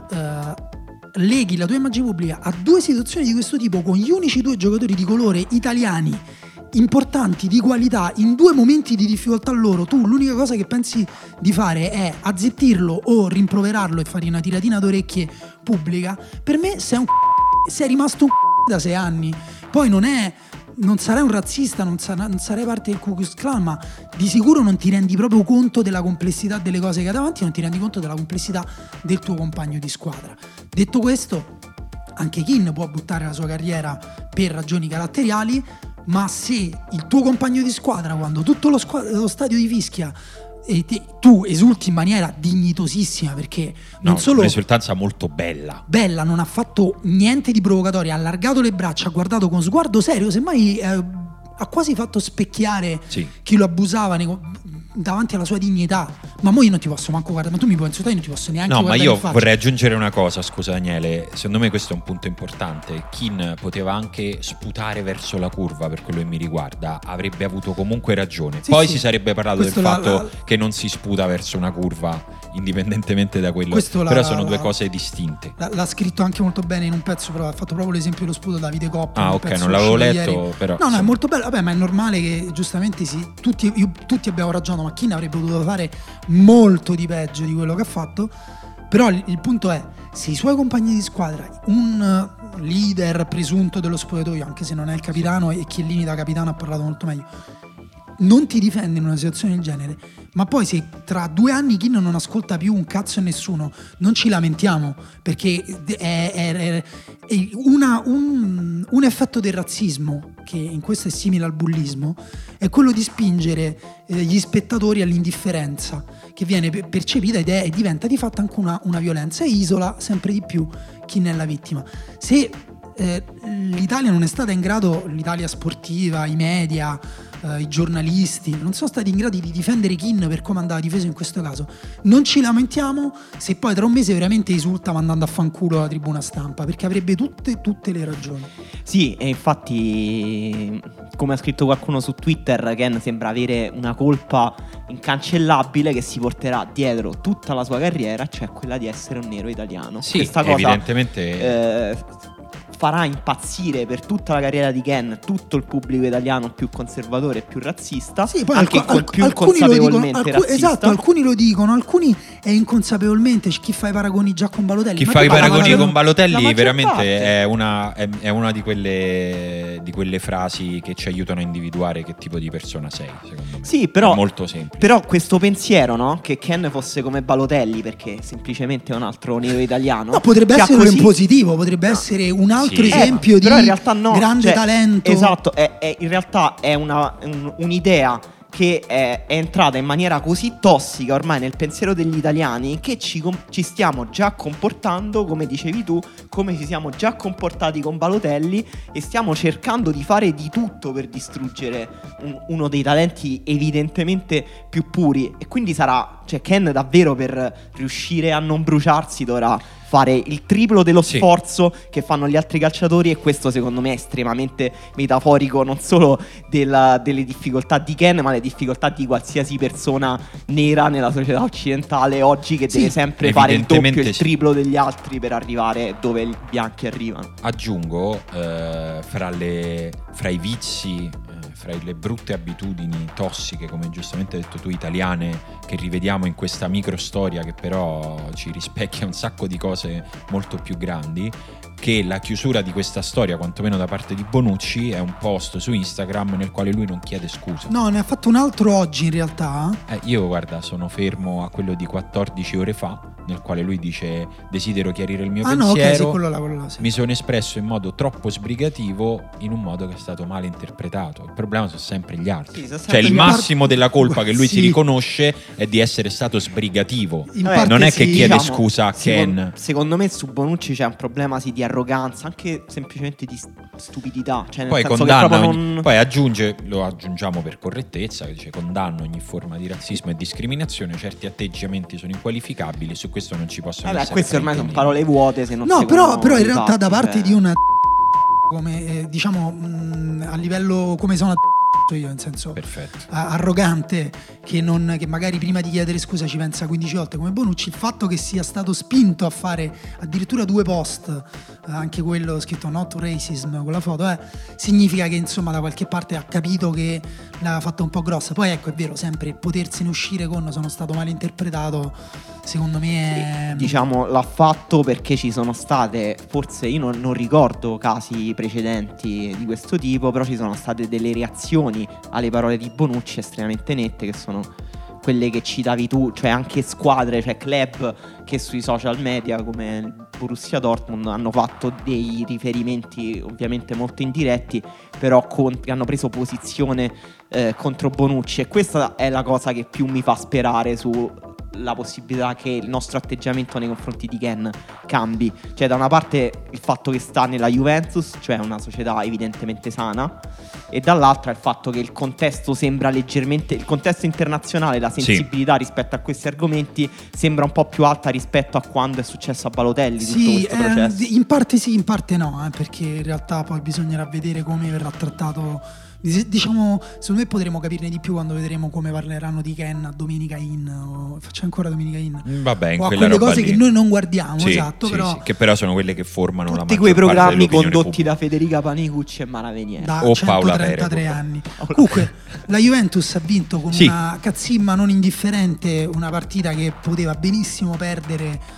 leghi la tua immagine pubblica a due situazioni di questo tipo, con gli unici due giocatori di colore italiani importanti, di qualità, in due momenti di difficoltà loro, tu l'unica cosa che pensi di fare è azzittirlo o rimproverarlo e fare una tiratina d'orecchie pubblica, per me sei rimasto un da 6 anni. Poi non sarai un razzista, non sarai parte del Ku Klux Klan, ma di sicuro non ti rendi proprio conto della complessità delle cose che hai davanti, non ti rendi conto della complessità del tuo compagno di squadra. Detto questo, anche Keane può buttare la sua carriera per ragioni caratteriali, ma se il tuo compagno di squadra, quando tutto lo stadio ti fischia e tu esulti in maniera dignitosissima, perché non solo un'esultanza molto bella, non ha fatto niente di provocatorio, ha allargato le braccia, ha guardato con sguardo serio, semmai ha quasi fatto specchiare chi lo abusava davanti alla sua dignità. Ma mo io non ti posso manco guardare, ma tu mi puoi insultare, io non ti posso neanche guardare in faccia. Ma io vorrei aggiungere una cosa, scusa Daniele, secondo me questo è un punto importante. Keane poteva anche sputare verso la curva, per quello che mi riguarda, avrebbe avuto comunque ragione. Poi si sarebbe parlato del fatto che non si sputa verso una curva indipendentemente da quello, però sono due cose distinte. L'ha scritto anche molto bene in un pezzo, però ha fatto proprio l'esempio dello sputo da Davide Coppa. Ok, non l'avevo letto ieri. Però no, è molto bello. Vabbè, ma è normale che giustamente tutti abbiamo ragione, ma Keane avrebbe potuto fare molto di peggio di quello che ha fatto. Però il punto è, se i suoi compagni di squadra, un leader presunto dello spogliatoio, anche se non è il capitano, e Chiellini da capitano ha parlato molto meglio, non ti difende in una situazione del genere, ma poi se tra 2 anni Keane non ascolta più un cazzo e nessuno, non ci lamentiamo, perché è un effetto del razzismo, che in questo è simile al bullismo, è quello di spingere gli spettatori all'indifferenza, che viene percepita e diventa di fatto anche una violenza, e isola sempre di più chi ne è la vittima. Se l'Italia non è stata in grado, l'Italia sportiva, i media, i giornalisti non sono stati in grado di difendere Keane per come andava difeso in questo caso, non ci lamentiamo se poi tra un mese veramente esulta mandando a fanculo la tribuna stampa, perché avrebbe tutte le ragioni. Sì, e infatti, come ha scritto qualcuno su Twitter, Ken sembra avere una colpa incancellabile che si porterà dietro tutta la sua carriera, cioè quella di essere un nero italiano. Sì, questa cosa evidentemente farà impazzire per tutta la carriera di Ken tutto il pubblico italiano più conservatore e più razzista, sì, poi anche più consapevolmente razzista. Esatto, alcuni lo dicono, alcuni è inconsapevolmente. Chi fa i paragoni già con Balotelli? Chi fa i paragoni con Balotelli veramente è una di quelle frasi che ci aiutano a individuare che tipo di persona sei, secondo me. Sì, però è molto semplice. Però questo pensiero, no? Che Ken fosse come Balotelli perché semplicemente è un altro nero italiano. No, potrebbe essere in positivo, potrebbe essere un altro esempio di in realtà no, grande talento. Esatto, in realtà è un'idea che è entrata in maniera così tossica ormai nel pensiero degli italiani che ci stiamo già comportando, come dicevi tu, come ci siamo già comportati con Balotelli, e stiamo cercando di fare di tutto per distruggere uno dei talenti evidentemente più puri. E quindi Ken davvero, per riuscire a non bruciarsi, dovrà fare il triplo dello sforzo che fanno gli altri calciatori, e questo secondo me è estremamente metaforico non solo delle difficoltà di Ken, ma le difficoltà di qualsiasi persona nera nella società occidentale oggi, che deve sempre fare il doppio, il triplo degli altri per arrivare dove i bianchi arrivano. Aggiungo, fra i vizi, fra le brutte abitudini tossiche, come giustamente hai detto tu, italiane, che rivediamo in questa micro storia che però ci rispecchia un sacco di cose molto più grandi, che la chiusura di questa storia, quantomeno da parte di Bonucci, è un post su Instagram nel quale lui non chiede scusa. No, ne ha fatto un altro oggi in realtà. Io guarda, sono fermo a quello di 14 ore fa, nel quale lui dice desidero chiarire il mio no, pensiero, ok, sì, quello là, sì. mi sono espresso in modo troppo sbrigativo, in un modo che è stato male interpretato. Il problema sono sempre gli altri, Sì, sono cioè sempre il gli massimo della colpa che lui Sì. si riconosce è di essere stato sbrigativo, In parte non è sì, che chiede diciamo, scusa a Ken. Secondo me su Bonucci c'è un problema di arroganza, anche semplicemente di stupidità. Cioè, nel Poi senso condanna, che proprio non... poi aggiunge, lo aggiungiamo per correttezza, che dice condanno ogni forma di razzismo e discriminazione, certi atteggiamenti sono inqualificabili e su questo non ci possono essere queste ormai sono fraintendimenti. parole vuote se non No, seguono però i in realtà fatti, da parte cioè. di una come diciamo a livello come sono io, nel senso Perfetto. arrogante, che magari prima di chiedere scusa ci pensa 15 volte come Bonucci, il fatto che sia stato spinto a fare addirittura 2 post, anche quello scritto not racism con la foto, significa che insomma da qualche parte ha capito che l'ha fatta un po' grossa. Poi ecco, è vero, sempre potersene uscire con sono stato mal interpretato, secondo me è... Diciamo l'ha fatto perché ci sono state, forse io non ricordo casi precedenti di questo tipo, però ci sono state delle reazioni alle parole di Bonucci estremamente nette, che sono quelle che citavi tu, cioè anche squadre, cioè club che sui social media come il Borussia Dortmund hanno fatto dei riferimenti ovviamente molto indiretti, però che hanno preso posizione contro Bonucci, e questa è la cosa che più mi fa sperare sulla possibilità che il nostro atteggiamento nei confronti di Ken cambi. Cioè da una parte il fatto che sta nella Juventus, cioè una società evidentemente sana, e dall'altra il fatto che il contesto sembra leggermente, il contesto internazionale, la sensibilità rispetto a questi argomenti sembra un po' più alta rispetto a quando è successo a Balotelli tutto questo processo. In parte sì, in parte no, perché in realtà poi bisognerà vedere come verrà trattato. Diciamo, secondo me potremo capirne di più quando vedremo come parleranno di Ken a Domenica In, o faccia ancora Domenica In, Vabbè, in o a quella quelle roba cose lì. che noi non guardiamo, Sì, esatto, sì, però sì, che però sono quelle che formano la Tutti maggior quei parte programmi dell'opinione condotti pubblica. da Federica Panicucci e Mara Venier. da O Paola 133 Perego. anni. Comunque la Juventus ha vinto con Sì. una cazzimma non indifferente, una partita che poteva benissimo perdere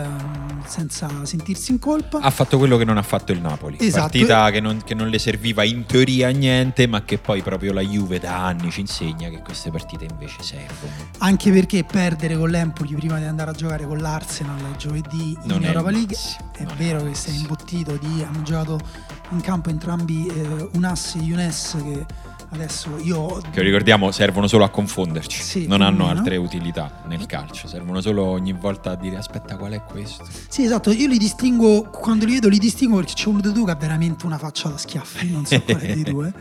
senza sentirsi in colpa. Ha fatto quello che non ha fatto il Napoli. Esatto. Partita che non le serviva in teoria a niente, ma che poi proprio la Juve da anni ci insegna che queste partite invece servono. Anche perché perdere con l'Empoli prima di andare a giocare con l'Arsenal giovedì Non in è Europa il League massimo, è non è vero il che sei massimo. imbottito hanno giocato in campo entrambi Unas e Younes, che adesso io Che ricordiamo servono solo a confonderci, Sì, non più o hanno meno. altre utilità nel calcio, servono solo ogni volta a dire aspetta qual è questo. sì, esatto, io li distingo, quando li vedo li distingo perché c'è uno dei due che ha veramente una faccia da schiaffi, non so quale dei due,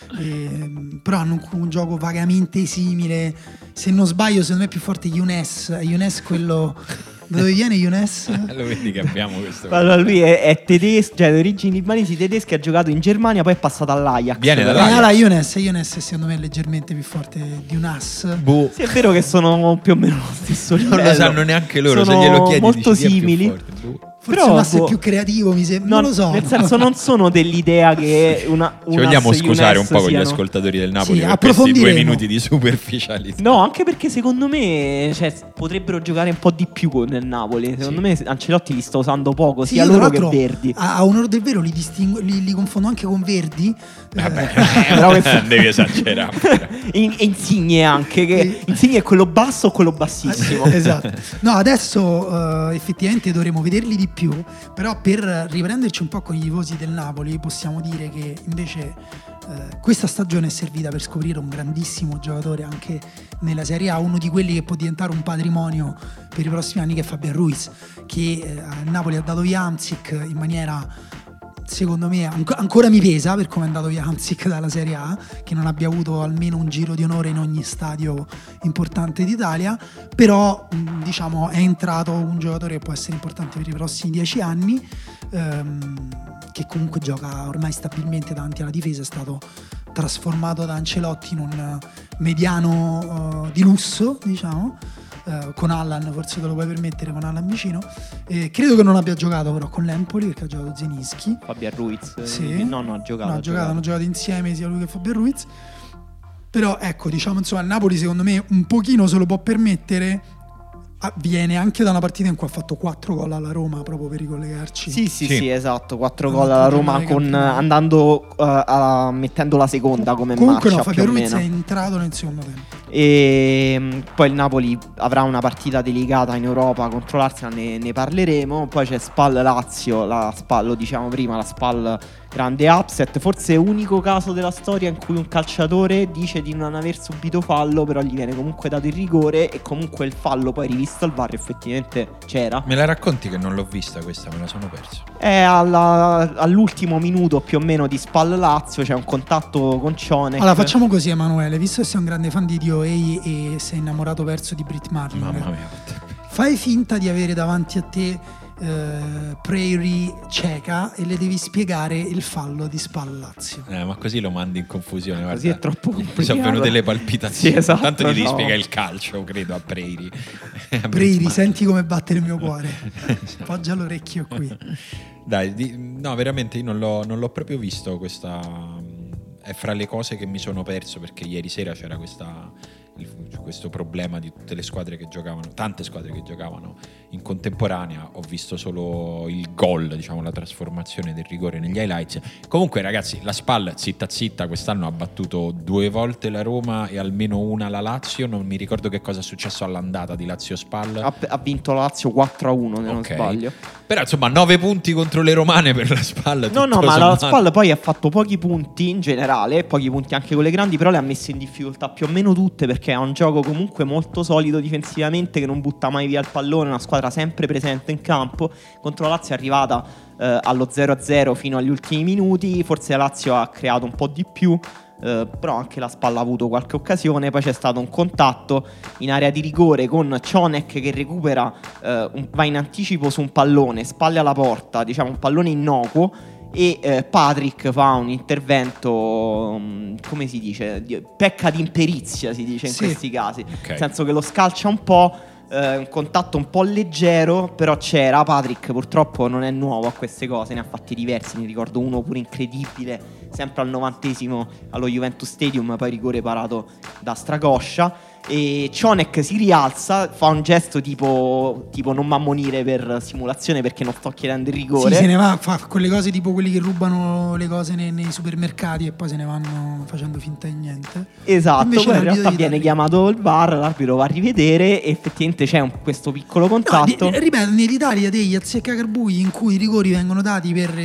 però hanno un gioco vagamente simile, se non sbaglio secondo me è più forte Younes quello da dove viene Younes? Lo vedi che abbiamo questo. Allora lui è tedesco, cioè di origini libanesi tedesche, ha giocato in Germania, poi è passato all'Ajax. Viene Però- dall'Ajax. Allora Younes secondo me è leggermente più forte di Unas. Boh, Sì, è vero che sono più o meno lo stesso livello. non lo sanno neanche loro, Sono se glielo chiedi molto dici, chi è più simili. forte? Boh. Forse Però, Unas è boh, più creativo, mi sembra, non lo so. Nel senso non sono dell'idea che Ci vogliamo scusare un po' con gli siano... ascoltatori del Napoli Sì, per questi 2 approfondiremo. minuti di superficialità. No, anche perché secondo me potrebbero giocare un po' di più con il Napoli. Secondo me Ancelotti li sta usando poco, Sì, sia io, loro tra che l'altro, Verdi. a onore del vero li confondo anche con Verdi. Vabbè, Però questo- non devi esagerare. Insigne anche, che Insigne è quello basso o quello bassissimo. Esatto. No, adesso effettivamente dovremo vederli di più, però per riprenderci un po' con i tifosi del Napoli possiamo dire che invece questa stagione è servita per scoprire un grandissimo giocatore anche nella Serie A, uno di quelli che può diventare un patrimonio per i prossimi anni, che è Fabian Ruiz, che al Napoli ha dato via Hamsik in maniera, secondo me ancora mi pesa per come è andato via Hamsik dalla Serie A, che non abbia avuto almeno un giro di onore in ogni stadio importante d'Italia, però diciamo è entrato un giocatore che può essere importante per i prossimi 10 anni, che comunque gioca ormai stabilmente davanti alla difesa, è stato trasformato da Ancelotti in un mediano di lusso, diciamo. Con Allan forse te lo puoi permettere, con Allan vicino, credo che non abbia giocato però con l'Empoli perché ha giocato Zelinski. Fabian Ruiz. Sì. No, ha giocato. No, hanno giocato insieme sia lui che Fabian Ruiz. Però ecco, diciamo insomma il Napoli secondo me un pochino se lo può permettere, viene anche da una partita in cui ha fatto 4 gol alla Roma, proprio per ricollegarci. Sì, esatto, 4 No, gol alla no, Roma no, con, campionato. andando mettendo la seconda come Comunque marcia no, più Fabian o Ruiz meno. è entrato nel secondo tempo. E poi il Napoli avrà una partita delicata in Europa contro l'Arsenal, ne parleremo. Poi c'è Spal-Lazio, lo diciamo prima, la Spal grande upset, forse unico caso della storia in cui un calciatore dice di non aver subito fallo, però gli viene comunque dato il rigore e comunque il fallo poi rivisto al VAR effettivamente c'era. Me la racconti che non l'ho vista questa, me la sono persa. È all'ultimo minuto più o meno di Spal-Lazio, c'è un contatto con Cionek. Allora facciamo così, Emanuele, visto che sei un grande fan di DOA e sei innamorato perso di Brit Marling, Mamma mia. fai finta di avere davanti a te Prairie cieca e le devi spiegare il fallo di Spal-Lazio. Ma così lo mandi in confusione, guarda. Così è troppo complicato. Mi sono venute le palpitazioni. Sì, esatto, Tanto gli devi no. spiegare il calcio, credo, a Prairie. Prairie, senti come batte il mio cuore. Poggia l'orecchio qui. Dai, no, veramente io non l'ho proprio visto questa. È fra le cose che mi sono perso, perché ieri sera c'era questo problema di tutte le squadre che giocavano, tante squadre che giocavano in contemporanea. Ho visto solo il gol, diciamo la trasformazione del rigore negli highlights. Comunque ragazzi, la Spal zitta zitta quest'anno ha battuto 2 volte la Roma e almeno una la Lazio. Non mi ricordo che cosa è successo all'andata di Lazio-Spal. Ha vinto la Lazio 4-1 se non sbaglio. Però insomma 9 punti contro le romane per la Spal. No, ma la Spal poi ha fatto pochi punti in generale, pochi punti anche con le grandi, però le ha messe in difficoltà più o meno tutte, perché ha un gioco comunque molto solido difensivamente, che non butta mai via il pallone, una squadra sempre presente in campo. Contro la Lazio è arrivata allo 0-0 fino agli ultimi minuti, forse la Lazio ha creato un po' di più, però anche la Spal ha avuto qualche occasione. Poi c'è stato un contatto in area di rigore con Cionek che recupera, va in anticipo su un pallone, spalle alla porta, diciamo un pallone innocuo, e Patrick fa un intervento, come si dice, pecca di imperizia si dice in questi casi, nel senso che lo scalcia un po', un contatto un po' leggero, però c'era. Patrick purtroppo non è nuovo a queste cose, ne ha fatti diversi, ne ricordo uno pure incredibile sempre al 90esimo allo Juventus Stadium, poi rigore parato da Stracoscia. E Cionek si rialza, fa un gesto tipo non m'ammonire per simulazione, perché non sto chiedendo il rigore. Sì, se ne va, fa quelle cose tipo quelli che rubano le cose nei supermercati e poi se ne vanno facendo finta di niente. Esatto, invece poi in realtà viene chiamato il VAR, l'arbitro va a rivedere e effettivamente c'è questo piccolo contatto. No, ripeto, nell'Italia degli azzeccagarbugli in cui i rigori vengono dati per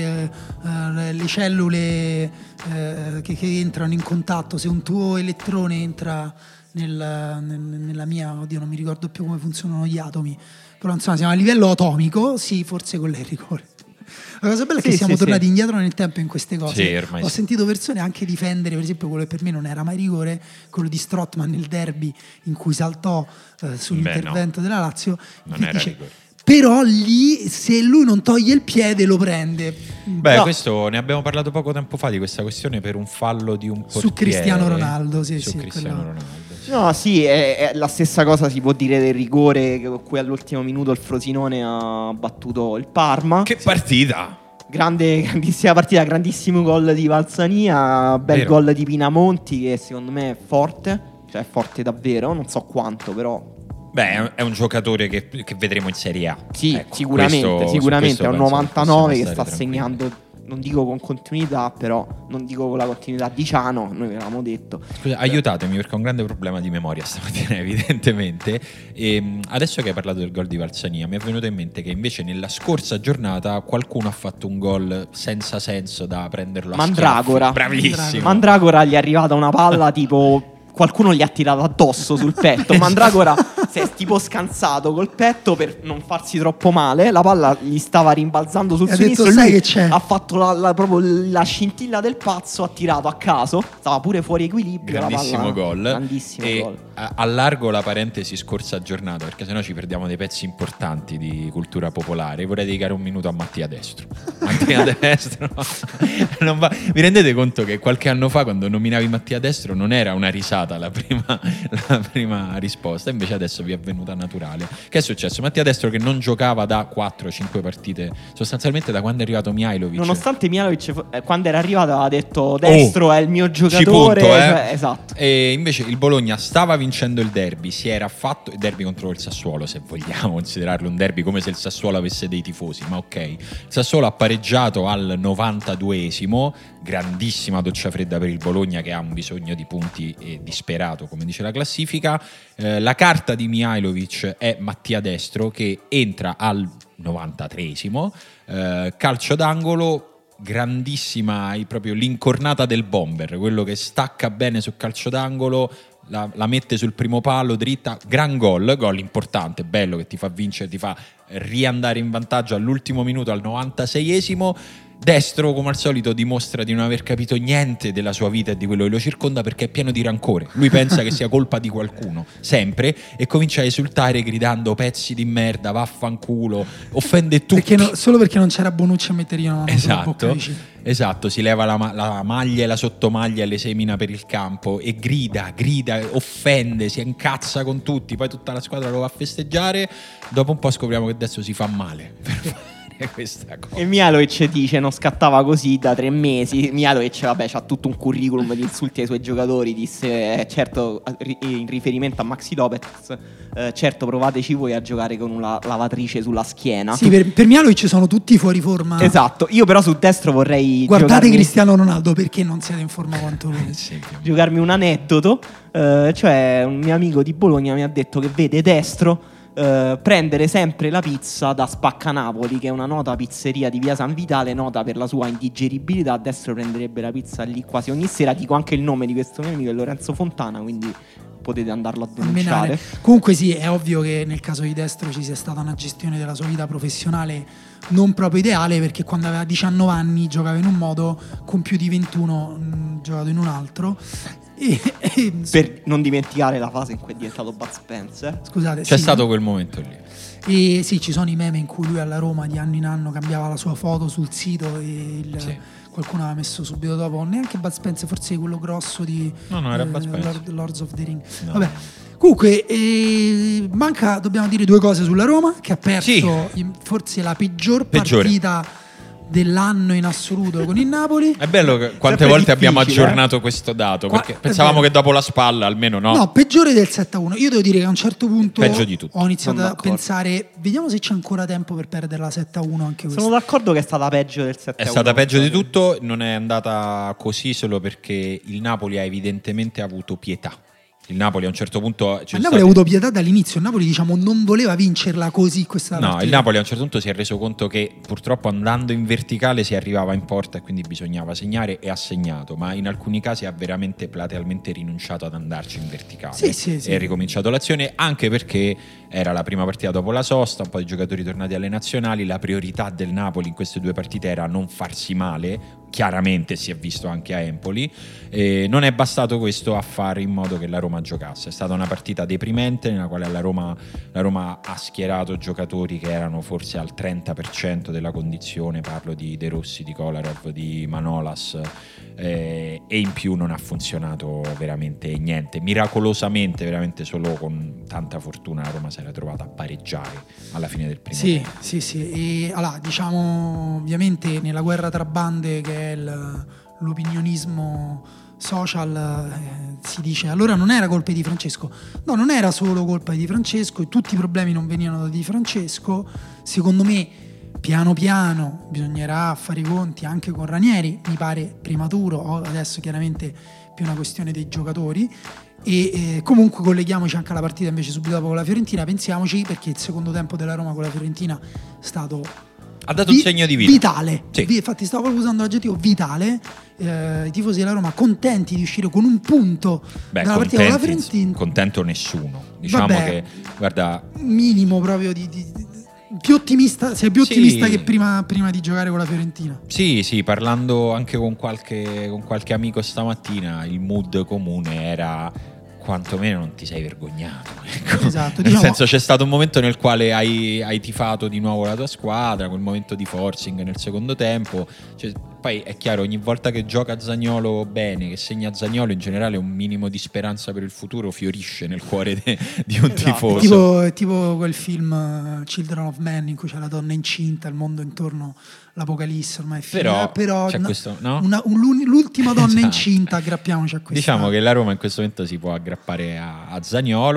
le cellule che entrano in contatto, se un tuo elettrone entra nella mia, oddio non mi ricordo più come funzionano gli atomi, però insomma siamo a livello atomico, sì, forse quello è il rigore. La cosa bella è che siamo tornati indietro nel tempo in queste cose. Ho sentito persone anche difendere, per esempio, quello che per me non era mai rigore, quello di Strootman nel derby in cui saltò sull'intervento della Lazio. Non era rigore. Però lì, se lui non toglie il piede, lo prende. Questo ne abbiamo parlato poco tempo fa, di questa questione per un fallo di un portiere. Su Cristiano Ronaldo, Ronaldo. No, sì, è la stessa cosa si può dire del rigore con cui all'ultimo minuto il Frosinone ha battuto il Parma. Che partita! Grandissima partita, grandissimo gol di Valsania, bel gol di Pinamonti, che secondo me è forte, cioè è forte davvero, non so quanto, però... Beh, è un giocatore che vedremo in Serie A. Sì, ecco, sicuramente è un 99 che sta segnando, non dico con continuità, però non dico con la continuità di Ciano, noi avevamo detto. Scusa, aiutatemi perché ho un grande problema di memoria stamattina evidentemente. E adesso che hai parlato del gol di Valsania mi è venuto in mente che invece nella scorsa giornata qualcuno ha fatto un gol senza senso da prenderlo a Mandragora. Bravissimo. Mandragora gli è arrivata una palla tipo... Qualcuno gli ha tirato addosso sul petto. Mandragora si è tipo scansato col petto per non farsi troppo male. La palla gli stava rimbalzando sul sinistro. Detto, sai che c'è? Ha fatto proprio la scintilla del pazzo. Ha tirato a caso. Stava pure fuori equilibrio. Grandissimo gol. Grandissimo gol. Allargo la parentesi scorsa giornata, perché sennò ci perdiamo dei pezzi importanti di cultura popolare. Vorrei dedicare un minuto a Mattia Destro. Mattia Destro vi rendete conto che qualche anno fa, quando nominavi Mattia Destro, non era una risata la prima risposta, invece adesso vi è venuta naturale. Che è successo? Mattia Destro, che non giocava da 4-5 partite, sostanzialmente da quando è arrivato Mihajlovic. Nonostante Mihajlovic quando era arrivato aveva detto Destro è il mio giocatore, cioè, esatto. E invece il Bologna stava vincendo il derby, si era fatto il derby contro il Sassuolo, se vogliamo considerarlo un derby, come se il Sassuolo avesse dei tifosi, ma ok. Il Sassuolo ha pareggiato al 92esimo, grandissima doccia fredda per il Bologna, che ha un bisogno di punti disperato, come dice la classifica. La carta di Mihajlovic è Mattia Destro, che entra al 93esimo, calcio d'angolo, grandissima, proprio l'incornata del bomber, quello che stacca bene sul calcio d'angolo, la mette sul primo palo dritta, gran gol importante, bello, che ti fa vincere, ti fa riandare in vantaggio all'ultimo minuto, al 96esimo. Destro, come al solito, dimostra di non aver capito niente della sua vita e di quello che lo circonda, perché è pieno di rancore. Lui pensa che sia colpa di qualcuno, sempre, e comincia a esultare gridando pezzi di merda, vaffanculo, offende tutti. Solo perché non c'era Bonucci a mettere una mano sulla bocca. Esatto, si leva la maglia e la sottomaglia e le semina per il campo e grida, offende, si incazza con tutti, poi tutta la squadra lo va a festeggiare. Dopo un po' scopriamo che adesso si fa male per fare questa cosa. E Mihajlovic dice non scattava così da 3 mesi. Mihajlovic c'ha tutto un curriculum di insulti ai suoi giocatori, disse certo, in riferimento a Maxi Lopez, certo, provateci voi a giocare con una lavatrice sulla schiena. Sì, per Mihajlovic sono tutti fuori forma. Esatto, io però su Destro vorrei guardate Cristiano Ronaldo, perché non siete in forma quanto lui. Sì, giocarmi un aneddoto, cioè un mio amico di Bologna mi ha detto che vede Destro prendere sempre la pizza da Spaccanapoli, che è una nota pizzeria di via San Vitale, nota per la sua indigeribilità. Destro prenderebbe la pizza lì quasi ogni sera. Dico anche il nome di questo mio amico, è Lorenzo Fontana, quindi potete andarlo a denunciare. Comunque sì, è ovvio che nel caso di Destro ci sia stata una gestione della sua vita professionale non proprio ideale, perché quando aveva 19 anni giocava in un modo, con più di 21 giocato in un altro. Per non dimenticare la fase in cui è diventato Bud Spencer. Scusate, c'è stato quel momento lì. E sì, ci sono i meme in cui lui alla Roma di anno in anno cambiava la sua foto sul sito e qualcuno aveva messo subito dopo, neanche Bud Spencer, forse quello grosso di no, era Bud Spencer. Lords of the Ring. No. Vabbè. Comunque manca, dobbiamo dire due cose sulla Roma, che ha perso forse la peggior partita dell'anno in assoluto con il Napoli. È bello che quante volte abbiamo aggiornato questo dato, perché pensavamo che dopo la spalla almeno no, peggiore del 7-1. Io devo dire che a un certo punto peggio di tutto. Ho iniziato a pensare, vediamo se c'è ancora tempo per perdere la 7-1 anche questa. Sono d'accordo che è stata peggio del 7-1. È stata peggio di tutto, non è andata così solo perché il Napoli ha evidentemente avuto pietà. Il Napoli a un certo punto il Napoli ha avuto pietà dall'inizio. Il Napoli, diciamo, non voleva vincerla così questa partita. Il Napoli a un certo punto si è reso conto che purtroppo andando in verticale si arrivava in porta e quindi bisognava segnare, e ha segnato, ma in alcuni casi ha veramente platealmente rinunciato ad andarci in verticale e ha ricominciato l'azione, anche perché era la prima partita dopo la sosta, un po' di giocatori tornati alle nazionali. La priorità del Napoli in queste due partite era non farsi male, chiaramente si è visto anche a Empoli, e non è bastato questo a fare in modo che la Roma giocasse. È stata una partita deprimente nella quale la Roma ha schierato giocatori che erano forse al 30% della condizione, parlo di De Rossi, di Kolarov, di Manolas, e in più non ha funzionato veramente niente. Miracolosamente, veramente solo con tanta fortuna, la Roma si era trovata a pareggiare alla fine del primo tempo. Sì. E allora, diciamo, ovviamente nella guerra tra bande, che è l'opinionismo social, si dice allora non era colpa di Francesco. No, non era solo colpa di Francesco, e tutti i problemi non venivano da Di Francesco. Secondo me piano piano bisognerà fare i conti anche con Ranieri, mi pare prematuro, adesso chiaramente più una questione dei giocatori. E comunque colleghiamoci anche alla partita invece subito dopo con la Fiorentina. Pensiamoci, perché il secondo tempo della Roma con la Fiorentina ha dato un segno di vita vitale. Infatti stavo proprio usando l'aggettivo vitale. I tifosi della Roma contenti di uscire con un punto dalla partita con la Fiorentina. Contento nessuno, diciamo. Che guarda, minimo proprio più ottimista, sei più ottimista che prima di giocare con la Fiorentina. Sì, parlando anche con qualche amico stamattina, il mood comune era: quantomeno non ti sei vergognato, ecco. Esatto, nel senso, c'è stato un momento nel quale hai tifato di nuovo la tua squadra, quel momento di forcing nel secondo tempo. Poi è chiaro, ogni volta che gioca Zaniolo bene, che segna Zaniolo, in generale un minimo di speranza per il futuro fiorisce nel cuore di un tifoso. È tipo quel film Children of Men, in cui c'è la donna incinta, il mondo intorno, l'apocalisse ormai è però c'è questo, no? L'ultima donna incinta, aggrappiamoci a questo. Diciamo che la Roma in questo momento si può aggrappare a Zaniolo. Al ritorno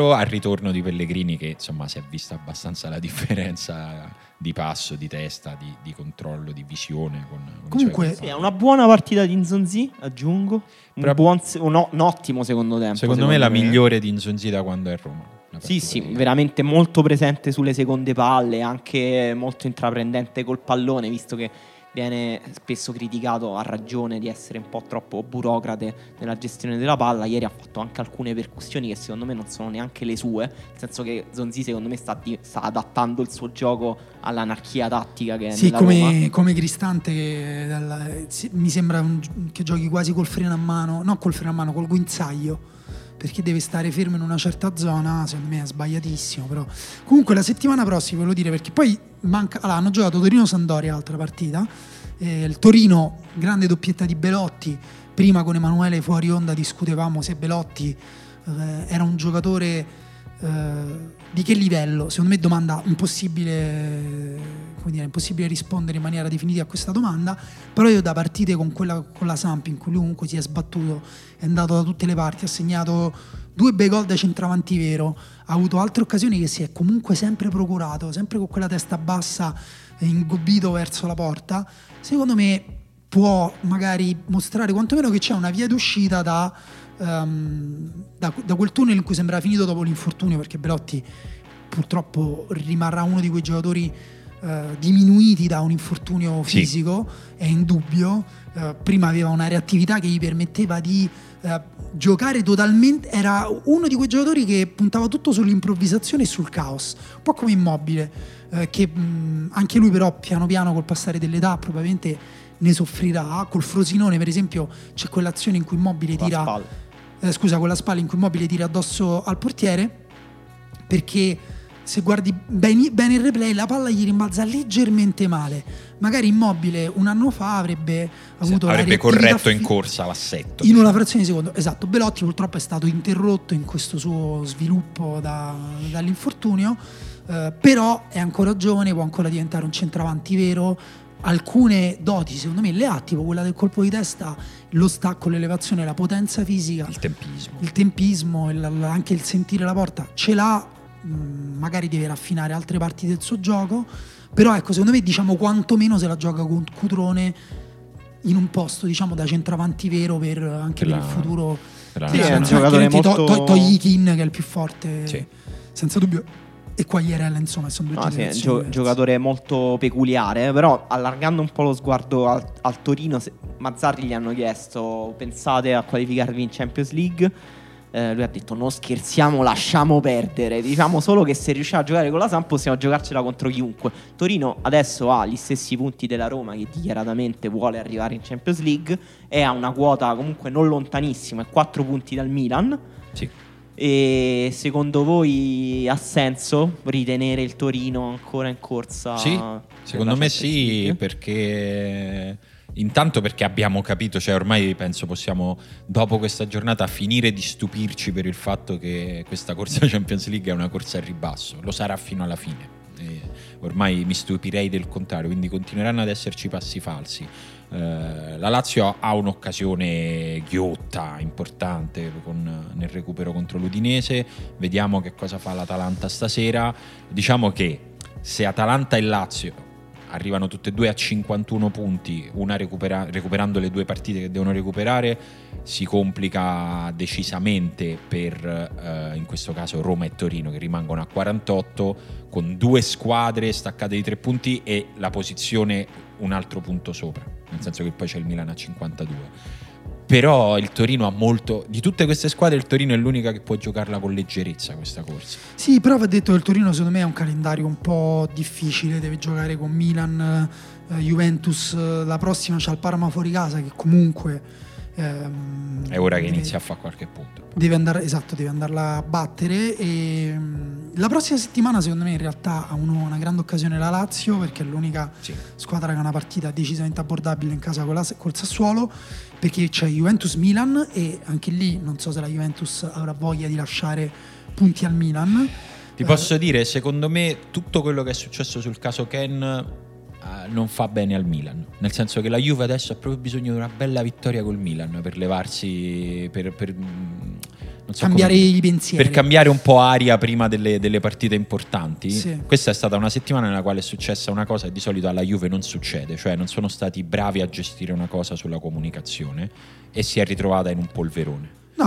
ritorno di Pellegrini, che insomma si è vista abbastanza la differenza di passo, di testa, di controllo, di visione con Comunque è una buona partita di Nzonzi, aggiungo, un ottimo secondo tempo. Secondo me la migliore di Nzonzi da quando è a Roma. Sì, veramente molto presente sulle seconde palle, anche molto intraprendente col pallone, visto che viene spesso criticato, a ragione, di essere un po' troppo burocrate nella gestione della palla. Ieri ha fatto anche alcune percussioni che secondo me non sono neanche le sue, nel senso che Nzonzi secondo me sta adattando il suo gioco all'anarchia tattica che è nella Roma. Come Cristante mi sembra che giochi quasi col freno a mano, no col freno a mano, col guinzaglio, perché deve stare fermo in una certa zona. Secondo me è sbagliatissimo, però comunque la settimana prossima, volevo dire, perché poi hanno giocato Torino-Sampdoria, altra partita, il Torino, grande doppietta di Belotti. Prima con Emanuele fuori onda discutevamo se Belotti era un giocatore di che livello. Secondo me domanda impossibile rispondere in maniera definitiva a questa domanda, però io da partite con la Samp, in cui lui comunque si è sbattuto, è andato da tutte le parti, ha segnato 2 bei gol da centravanti vero, ha avuto altre occasioni che si è comunque sempre procurato, sempre con quella testa bassa, ingobbito verso la porta. Secondo me può magari mostrare quantomeno che c'è una via d'uscita da quel tunnel in cui sembrava finito dopo l'infortunio, perché Belotti purtroppo rimarrà uno di quei giocatori diminuiti da un infortunio fisico, sì. È indubbio. Prima aveva una reattività che gli permetteva di giocare totalmente, era uno di quei giocatori che puntava tutto sull'improvvisazione e sul caos, un po' come Immobile, che anche lui però piano piano col passare dell'età probabilmente ne soffrirà. Col Frosinone per esempio c'è quell'azione in cui Immobile con la spalla in cui Immobile tira addosso al portiere, perché se guardi bene il replay la palla gli rimbalza leggermente male. Magari Immobile un anno fa avrebbe corretto in corsa l'assetto in una frazione di secondo. Esatto. Belotti purtroppo è stato interrotto in questo suo sviluppo dall'infortunio, però è ancora giovane, può ancora diventare un centravanti vero. Alcune doti secondo me le ha, tipo quella del colpo di testa, lo stacco, l'elevazione, la potenza fisica, il tempismo, anche il sentire la porta ce l'ha. Magari deve raffinare altre parti del suo gioco, però ecco, secondo me diciamo quantomeno se la gioca con Cutrone in un posto diciamo da centravanti vero per il futuro. È un giocatore molto togli Kin, che è il più forte, sì, senza dubbio, e Quagliarella, insomma sono due generazioni. Giocatore molto peculiare, però allargando un po' lo sguardo al Torino, Mazzarri gli hanno chiesto: pensate a qualificarvi in Champions League? Lui ha detto: non scherziamo, lasciamo perdere, diciamo solo che se riusciamo a giocare con la Samp possiamo giocarcela contro chiunque. Torino adesso ha gli stessi punti della Roma, che dichiaratamente vuole arrivare in Champions League, e ha una quota comunque non lontanissima, è 4 punti dal Milan. Sì. E secondo voi ha senso ritenere il Torino ancora in corsa? Sì, secondo me sì, perché intanto perché abbiamo capito, cioè ormai penso possiamo dopo questa giornata finire di stupirci per il fatto che questa corsa Champions League è una corsa a ribasso, lo sarà fino alla fine. Ormai mi stupirei del contrario, quindi continueranno ad esserci passi falsi. La Lazio ha un'occasione ghiotta importante nel recupero contro l'Udinese, vediamo che cosa fa l'Atalanta stasera. Diciamo che se Atalanta e Lazio arrivano tutte e due a 51 punti, una recuperando le 2 partite che devono recuperare, si complica decisamente per in questo caso Roma e Torino, che rimangono a 48 con 2 squadre staccate di 3 punti e la posizione un altro punto sopra, nel senso che poi c'è il Milan a 52. Però il Torino ha molto, di tutte queste squadre il Torino è l'unica che può giocarla con leggerezza questa corsa. Sì, però va detto che il Torino secondo me ha un calendario un po' difficile, deve giocare con Milan, Juventus, la prossima c'ha il Parma fuori casa, che comunque è ora che inizia a fare qualche punto. Deve andarla a battere. E la prossima settimana secondo me in realtà ha una grande occasione la Lazio, perché è l'unica squadra che ha una partita decisamente abbordabile in casa col Sassuolo, perché c'è Juventus-Milan e anche lì non so se la Juventus avrà voglia di lasciare punti al Milan. Ti posso dire, secondo me tutto quello che è successo sul caso Ken non fa bene al Milan, nel senso che la Juve adesso ha proprio bisogno di una bella vittoria col Milan per levarsi, per non so cambiare come, i pensieri. per cambiare un po' aria prima delle partite importanti. Sì. Questa è stata una settimana nella quale è successa una cosa che di solito alla Juve non succede, cioè non sono stati bravi a gestire una cosa sulla comunicazione e si è ritrovata in un polverone. No,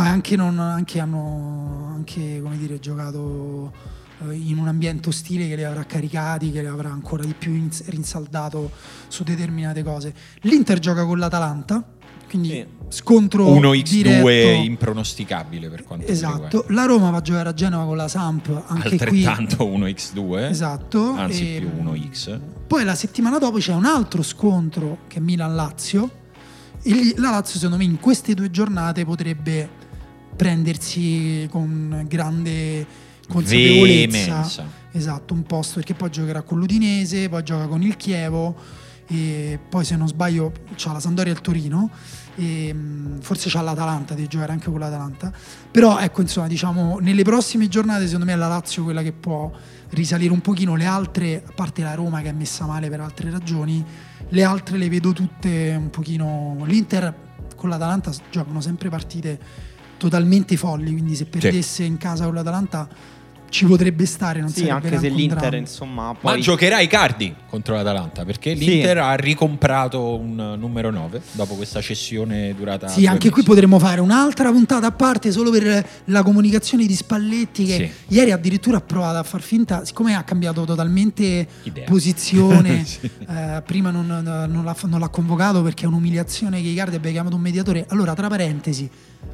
hanno anche, come dire, giocato in un ambiente ostile che li avrà caricati, che li avrà ancora di più rinsaldato su determinate cose. L'Inter gioca con l'Atalanta, quindi scontro 1x2 diretto, impronosticabile per quanto esatto. mi riguarda. La Roma va a giocare a Genova con la Samp, anche altrettanto qui 1x2, esatto, anzi più 1x. Poi la settimana dopo c'è un altro scontro che è Milan-Lazio, e lì la Lazio secondo me in queste 2 giornate potrebbe prendersi con grande consapevolezza veemenza, esatto, un posto, perché poi giocherà con l'Udinese, poi gioca con il Chievo e poi, se non sbaglio, c'ha la Sampdoria e il Torino e forse c'ha l'Atalanta, deve giocare anche con l'Atalanta. Però ecco, insomma, diciamo, nelle prossime giornate secondo me è la Lazio quella che può risalire un pochino. Le altre, a parte la Roma che è messa male per altre ragioni, le altre le vedo tutte un pochino. L'Inter con l'Atalanta giocano sempre partite totalmente folli, quindi se perdesse in casa con l'Atalanta ci potrebbe stare, non sarebbe anche se un l'Inter dramma. insomma poi... Ma giocherà Icardi contro l'Atalanta, perché l'Inter ha ricomprato un numero 9 dopo questa cessione durata 2 anche mesi. Qui potremmo fare un'altra puntata a parte solo per la comunicazione di Spalletti, che ieri addirittura ha provato a far finta, siccome ha cambiato totalmente posizione. Prima non l'ha convocato perché è un'umiliazione che Icardi abbia chiamato un mediatore. Allora, tra parentesi,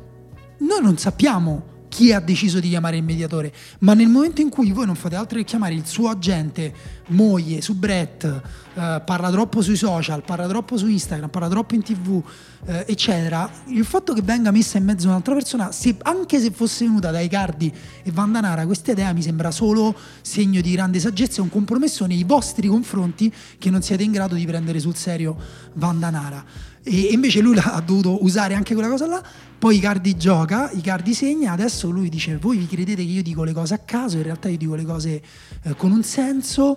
noi non sappiamo chi ha deciso di chiamare il mediatore, ma nel momento in cui voi non fate altro che chiamare il suo agente, moglie, su Brett, parla troppo sui social, parla troppo su Instagram, parla troppo in TV, eccetera, il fatto che venga messa in mezzo un'altra persona, anche se fosse venuta da Icardi e Vandanara, questa idea mi sembra solo segno di grande saggezza e un compromesso nei vostri confronti, che non siete in grado di prendere sul serio Vandanara. E invece lui ha dovuto usare anche quella cosa là. Poi Icardi gioca, Icardi segna, adesso lui dice: voi vi credete che io dico le cose a caso, in realtà io dico le cose con un senso.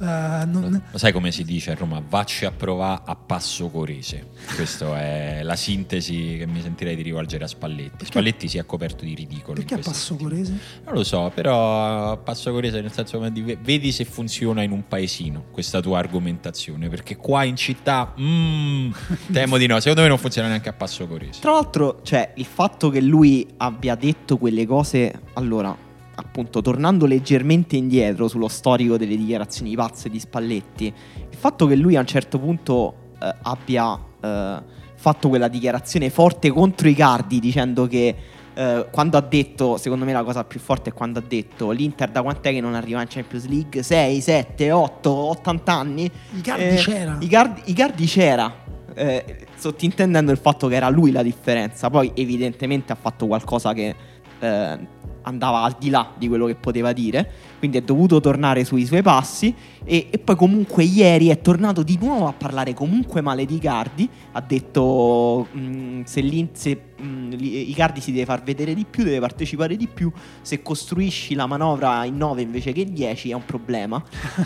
Sai come si dice a Roma? Vacci a provare a passo corese. Questa è la sintesi che mi sentirei di rivolgere a Spalletti. Perché? Spalletti si è coperto di ridicolo. Perché a passo corese? Non lo so, però a passo corese nel senso di vedi se funziona in un paesino questa tua argomentazione, perché qua in città temo di no, secondo me non funziona neanche a passo corese. Tra l'altro, cioè, il fatto che lui abbia detto quelle cose, allora, appunto, tornando leggermente indietro sullo storico delle dichiarazioni pazze di Spalletti, il fatto che lui a un certo punto abbia fatto quella dichiarazione forte contro Icardi, dicendo che quando ha detto, secondo me la cosa più forte è quando ha detto: l'Inter da quant'è che non arriva in Champions League? 6, 7, 8, 80 anni? Icardi c'era. Sottintendendo il fatto che era lui la differenza. Poi evidentemente ha fatto qualcosa che andava al di là di quello che poteva dire, quindi è dovuto tornare sui suoi passi e poi comunque ieri è tornato di nuovo a parlare comunque male di Icardi. Ha detto se Icardi si deve far vedere di più, deve partecipare di più, se costruisci la manovra in 9 invece che 10 è un problema.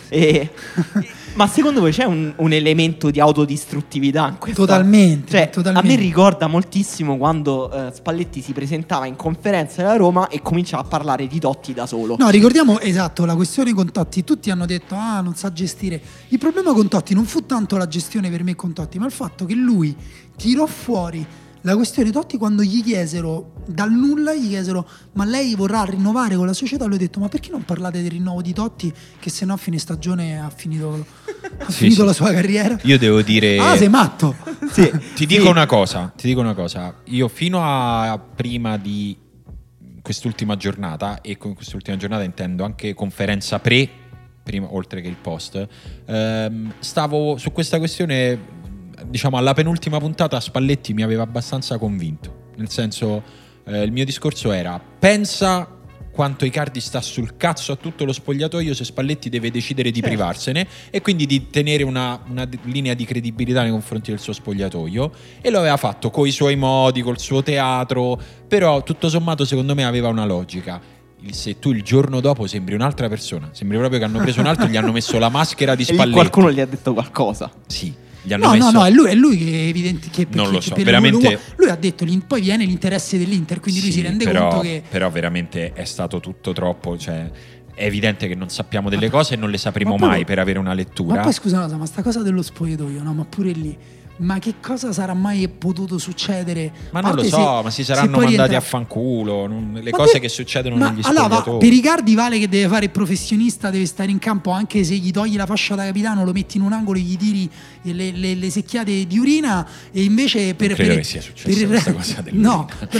Ma secondo voi c'è un elemento di autodistruttività in questo? Totalmente. A me ricorda moltissimo quando Spalletti si presentava in conferenza della Roma e cominciava a parlare di Totti da solo. No, ricordiamo, esatto, la questione con Totti. Tutti hanno detto: ah, non sa gestire. Il problema con Totti non fu tanto la gestione per me con Totti, ma il fatto che lui tirò fuori la questione Totti quando gli chiesero, dal nulla gli chiesero: ma lei vorrà rinnovare con la società? Lui ha detto: ma perché non parlate del rinnovo di Totti, che se no a fine stagione ha finito la sua carriera? Io devo dire: ah, sei matto. Sì. Ti dico una cosa, io fino a prima di quest'ultima giornata, e con quest'ultima giornata intendo anche conferenza prima, oltre che il post, stavo su questa questione, diciamo alla penultima puntata Spalletti mi aveva abbastanza convinto, nel senso, il mio discorso era: pensa quanto Icardi sta sul cazzo a tutto lo spogliatoio se Spalletti deve decidere di privarsene, e quindi di tenere una linea di credibilità nei confronti del suo spogliatoio, e lo aveva fatto coi suoi modi, col suo teatro, però tutto sommato secondo me aveva una logica. Se tu il giorno dopo sembri un'altra persona, sembri proprio che hanno preso un altro e gli hanno messo la maschera di Spalletti. E qualcuno gli ha detto qualcosa. Sì. Gli hanno messo... No, è lui che è evidente che non lo so, per veramente... lui ha detto poi viene l'interesse dell'Inter, quindi lui si rende conto che... Però veramente è stato tutto troppo, cioè è evidente che non sappiamo delle cose e non le sapremo mai per avere una lettura. Ma poi scusa, ma sta cosa dello spogliatoio, no? Ma pure lì, ma che cosa sarà mai potuto succedere? Ma non lo so, ma si saranno mandati a fanculo, le cose che succedono negli spogliatoi. Per Icardi vale che deve fare il professionista, deve stare in campo, anche se gli togli la fascia da capitano, lo metti in un angolo e gli tiri le secchiate di urina, e invece per che sia successa questa cosa dell'urina. No, però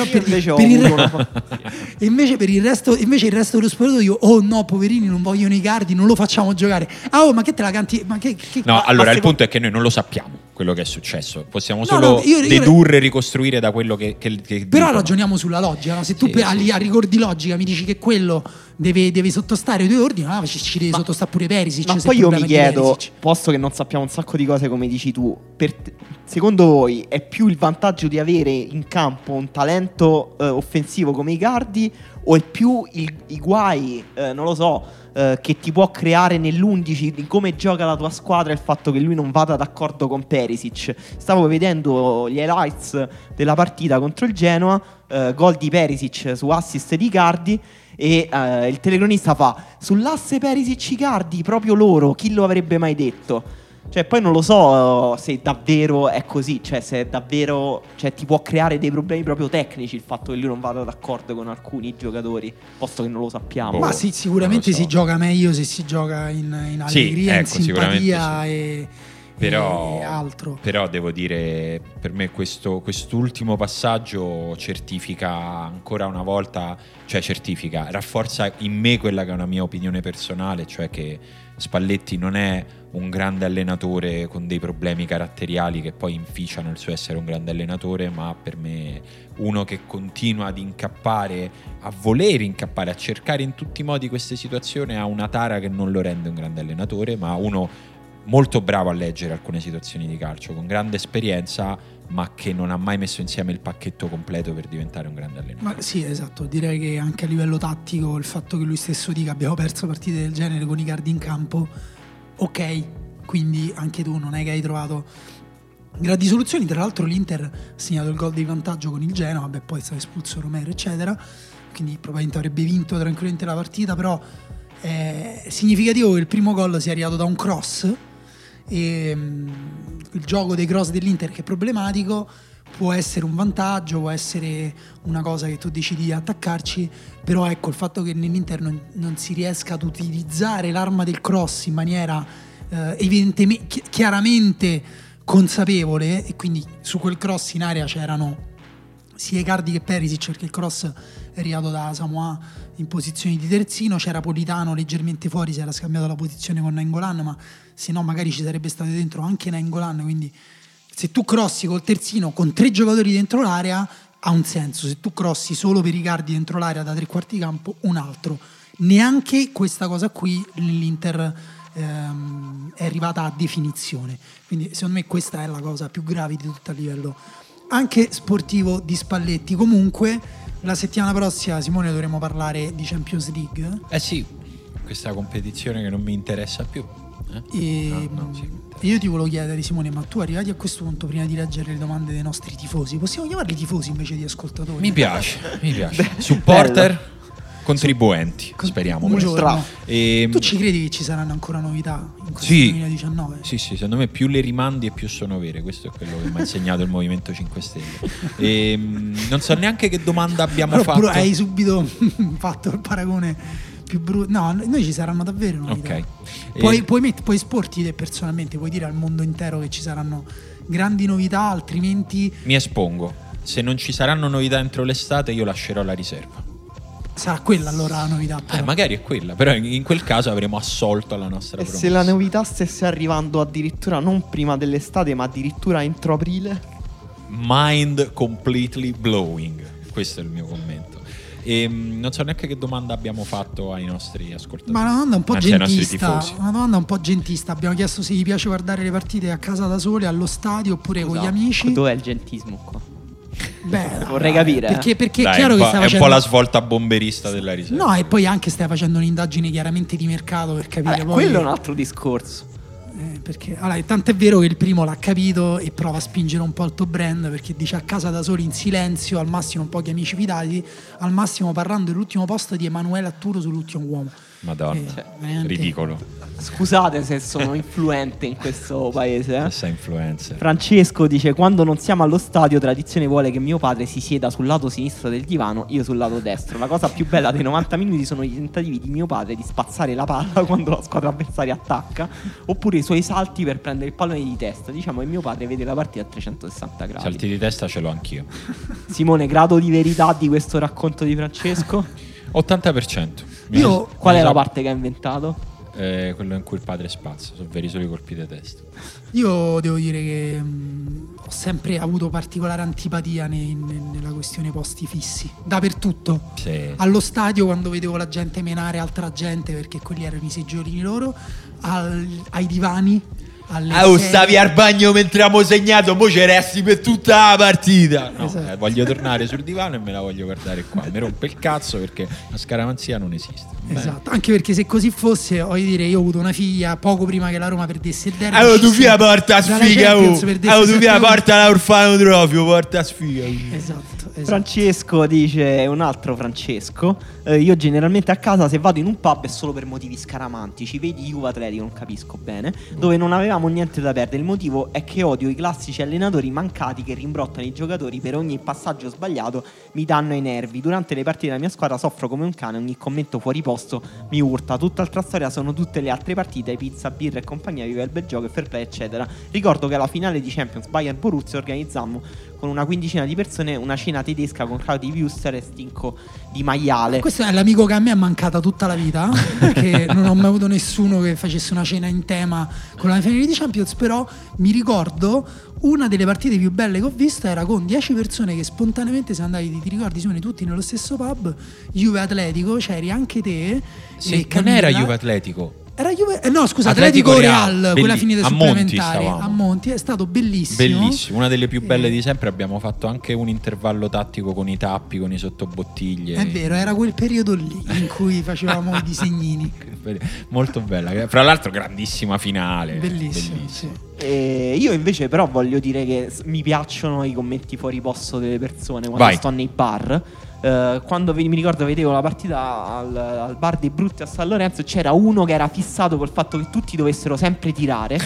invece il resto dello spogliatoio, oh no, poverini, non vogliono Icardi, non lo facciamo giocare. Ma che te la canti? No, allora il punto è che noi non lo sappiamo quello che è successo, possiamo solo dedurre e ricostruire da quello che però ragioniamo sulla logica, no? Se tu a rigor di logica mi dici che quello deve sottostare ai tuoi ordini, ci deve sottostare pure Perisic. Ma poi io mi chiedo, posto che non sappiamo un sacco di cose come dici tu, secondo voi è più il vantaggio di avere in campo un talento offensivo come Icardi, o è più i guai, non lo so, che ti può creare nell'11 di come gioca la tua squadra il fatto che lui non vada d'accordo con Perisic? Stavo vedendo gli highlights della partita contro il Genoa, gol di Perisic su assist di Icardi, e il telecronista fa: sull'asse Perisic-Icardi, proprio loro, chi lo avrebbe mai detto? Cioè, poi non lo so se davvero è così, cioè se è davvero, cioè ti può creare dei problemi proprio tecnici il fatto che lui non vada d'accordo con alcuni giocatori, posto che non lo sappiamo. Ma sì, sicuramente si gioca meglio se si gioca in allegria, in simpatia e altro. Però devo dire, per me quest'ultimo passaggio certifica ancora una volta, cioè rafforza in me quella che è una mia opinione personale, cioè che Spalletti non è un grande allenatore con dei problemi caratteriali che poi inficiano il suo essere un grande allenatore, ma per me uno che continua ad incappare, a voler incappare, a cercare in tutti i modi queste situazioni, ha una tara che non lo rende un grande allenatore, ma uno molto bravo a leggere alcune situazioni di calcio, con grande esperienza, ma che non ha mai messo insieme il pacchetto completo per diventare un grande allenatore. Ma sì, esatto, direi che anche a livello tattico il fatto che lui stesso dica abbiamo perso partite del genere con Icardi in campo, ok, quindi anche tu non è che hai trovato grandi soluzioni. Tra l'altro l'Inter ha segnato il gol di vantaggio con il Genoa, poi è stato espulso Romero eccetera, quindi probabilmente avrebbe vinto tranquillamente la partita, però è significativo che il primo gol sia arrivato da un cross, e il gioco dei cross dell'Inter, che è problematico, può essere un vantaggio, può essere una cosa che tu decidi di attaccarci, però ecco, il fatto che nell'Inter non si riesca ad utilizzare l'arma del cross in maniera evidentemente, chiaramente consapevole, e quindi su quel cross in area c'erano sia Icardi che Perisic, perché il cross è arrivato da Samoa in posizione di terzino, c'era Politano leggermente fuori, si era scambiato la posizione con Nainggolan, ma se no magari ci sarebbe stato dentro anche Nainggolan, quindi se tu crossi col terzino con 3 giocatori dentro l'area ha un senso, se tu crossi solo per Icardi dentro l'area da 3 quarti campo un altro. Neanche questa cosa qui nell'Inter è arrivata a definizione, quindi secondo me questa è la cosa più grave di tutto a livello anche sportivo di Spalletti. Comunque la settimana prossima, Simone, dovremo parlare di Champions League. Sì, questa competizione che non mi interessa più. Sì. Io ti volevo chiedere, Simone, ma tu arrivati a questo punto, prima di leggere le domande dei nostri tifosi, possiamo chiamarli tifosi invece di ascoltatori? Mi piace. Supporter, contribuenti, speriamo. Tu ci credi che ci saranno ancora novità in questo 2019? Sì, secondo me più le rimandi e più sono vere. Questo è quello che mi ha insegnato il Movimento 5 Stelle. Non so neanche che domanda abbiamo fatto. Hai subito fatto il paragone più brutto. No, noi ci saranno davvero novità. Ok. Puoi esporti te personalmente, puoi dire al mondo intero che ci saranno grandi novità, altrimenti mi espongo. Se non ci saranno novità entro l'estate, io lascerò la riserva. Sarà quella allora la novità, però. Magari è quella, però in quel caso avremo assolto alla nostra promessa. Se la novità stesse arrivando addirittura non prima dell'estate, ma addirittura entro aprile? Mind completely blowing. Questo è il mio commento. Non so neanche che domanda abbiamo fatto ai nostri ascoltatori. Ma una domanda un po' gentista. Abbiamo chiesto se gli piace guardare le partite a casa da soli, allo stadio, oppure con gli amici. Dov'è il gentismo qua? Vorrei capire. Perché dai, è chiaro che stai facendo un po' la svolta bomberista della riserva. No, e poi anche stai facendo un'indagine chiaramente di mercato per capire poi. Quello è un altro discorso. Perché allora, tanto è vero che il primo l'ha capito e prova a spingere un po' il tuo brand, perché dice a casa da soli in silenzio, al massimo pochi amici fidati, al massimo parlando dell'ultimo post di Emanuele Atturo sull'ultimo uomo. Madonna, ridicolo. Scusate se sono influente in questo paese. Questa influencer. Francesco dice: quando non siamo allo stadio, tradizione vuole che mio padre si sieda sul lato sinistro del divano, io sul lato destro. La cosa più bella dei 90 minuti sono i tentativi di mio padre di spazzare la palla quando la squadra avversaria attacca, oppure i suoi salti per prendere il pallone di testa. Diciamo che mio padre vede la partita a 360 gradi. Salti di testa ce l'ho anch'io. Simone, grado di verità di questo racconto di Francesco? 80%. Qual è la parte che ha inventato? Quello in cui il padre spazza, sono veri solo i colpi di testa. Io devo dire che ho sempre avuto particolare antipatia nella questione posti fissi, dappertutto. Sì. Allo stadio, quando vedevo la gente menare altra gente, perché quelli erano i seggiolini loro, ai divani, alle stavi al bagno mentre abbiamo segnato, mo ci resti per tutta la partita. No, esatto. Voglio tornare sul divano e me la voglio guardare qua. Mi rompe il cazzo perché la scaramanzia non esiste. Esatto, anche perché se così fosse, voglio dire, io ho avuto una figlia poco prima che la Roma perdesse il derby. Allora tu via porta sfiga, allora tu via porta l'orfanotrofio, porta sfiga. Esatto. Francesco dice, un altro Francesco, io generalmente a casa se vado in un pub è solo per motivi scaramantici, vedi Juve Atletico, non capisco bene, dove non avevamo niente da perdere. Il motivo è che odio i classici allenatori mancati che rimbrottano i giocatori per ogni passaggio sbagliato, mi danno ai nervi. Durante le partite della mia squadra soffro come un cane, ogni commento fuori posto mi urta. Tutt'altra storia sono tutte le altre partite, pizza, birra e compagnia, viva il bel gioco e fair play eccetera. Ricordo che alla finale di Champions Bayern Borussia organizzammo con una quindicina di persone una cena tedesca con Claudio Wuster e stinco di maiale. Questo è l'amico che a me è mancata tutta la vita, perché non ho mai avuto nessuno che facesse una cena in tema con la finale di Champions. Però mi ricordo una delle partite più belle che ho visto era con 10 persone che spontaneamente siamo andati, ti ricordi Simone, tutti nello stesso pub, Juve Atletico, c'eri anche te. Sì, non era Juve Atletico. Era Juve, no scusa, Atletico Real, quella finita supplementare a Monti, è stato bellissimo. Bellissimo, una delle più belle di sempre. Abbiamo fatto anche un intervallo tattico con i tappi, con i sottobottiglie. È vero, era quel periodo lì in cui facevamo i disegnini. Molto bella, fra l'altro grandissima finale. Bellissimo. Sì. Io invece però voglio dire che mi piacciono i commenti fuori posto delle persone quando sto nei bar. Quando mi ricordo vedevo la partita al bar dei Brutti a San Lorenzo, c'era uno che era fissato col fatto che tutti dovessero sempre tirare.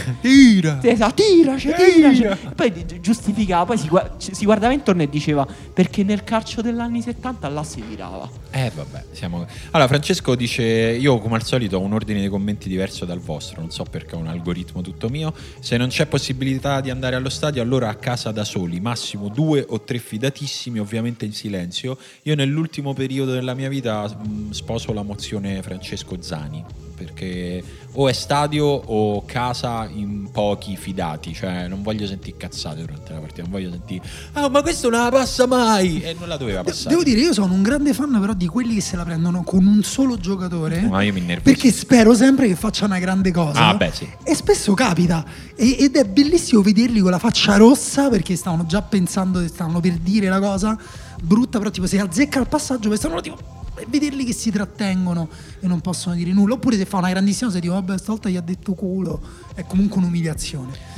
Tiraci. Poi giustificava, poi si guardava intorno e diceva perché nel calcio degli anni 70 là si tirava. Vabbè, allora Francesco dice: io come al solito ho un ordine di commenti diverso dal vostro, non so perché ho un algoritmo tutto mio. Se non c'è possibilità di andare allo stadio, allora a casa da soli, massimo 2 o 3 fidatissimi, ovviamente in silenzio. Io nell'ultimo periodo della mia vita sposo la mozione Francesco Zani, perché o è stadio o casa in pochi fidati, cioè non voglio sentire cazzate durante la partita, non voglio sentire ma questo non la passa mai, e non la doveva passare. Devo dire, io sono un grande fan però di quelli che se la prendono con un solo giocatore, ma io mi innervosisco, perché spero sempre che faccia una grande cosa. Sì. E spesso capita ed è bellissimo vederli con la faccia rossa perché stavano già pensando, stavano per dire la cosa brutta, però tipo se azzecca il passaggio stavano tipo, vederli che si trattengono e non possono dire nulla. Oppure se fa una grandissima cosa dico vabbè stavolta gli ha detto culo, è comunque un'umiliazione.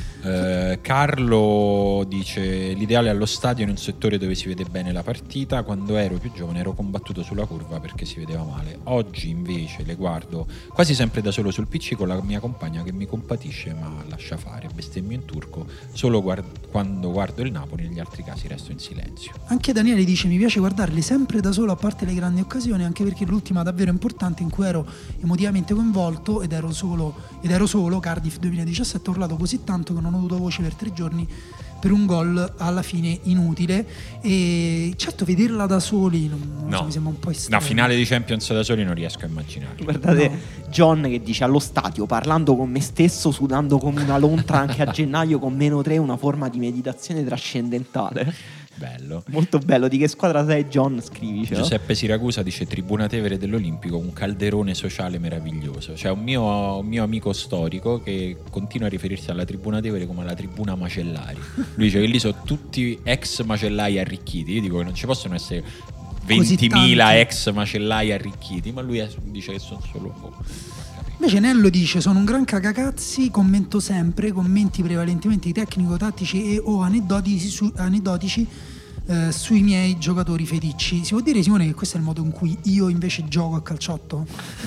Carlo dice: l'ideale allo stadio in un settore dove si vede bene la partita. Quando ero più giovane ero combattuto sulla curva perché si vedeva male. Oggi invece le guardo quasi sempre da solo sul PC con la mia compagna che mi compatisce ma lascia fare, bestemmio in turco solo quando guardo il Napoli, negli altri casi resto in silenzio. Anche Daniele dice: mi piace guardarli sempre da solo a parte le grandi occasioni, anche perché l'ultima davvero importante in cui ero emotivamente coinvolto ed ero solo Cardiff 2017, ho urlato così tanto che non ho avuto voce per 3 giorni per un gol alla fine inutile. E certo vederla da soli mi sembra un po' estremo. Una finale di Champions da soli non riesco a immaginarlo. Guardate John che dice: allo stadio parlando con me stesso, sudando come una lontra anche a gennaio con -3, una forma di meditazione trascendentale. Bello, molto bello. Di che squadra sei John? Scrivicelo. Giuseppe Siracusa dice: Tribuna Tevere dell'Olimpico, un calderone sociale meraviglioso. C'è un mio amico storico che continua a riferirsi alla Tribuna Tevere come alla Tribuna Macellari. Lui dice che lì sono tutti ex macellai arricchiti. Io dico che non ci possono essere 20.000 ex macellai arricchiti, ma lui dice che sono solo Invece Nello dice: sono un gran cagacazzi, commento sempre, commenti prevalentemente tecnico-tattici e o aneddotici sui miei giocatori feticci. Si può dire, Simone, che questo è il modo in cui io invece gioco a calciotto?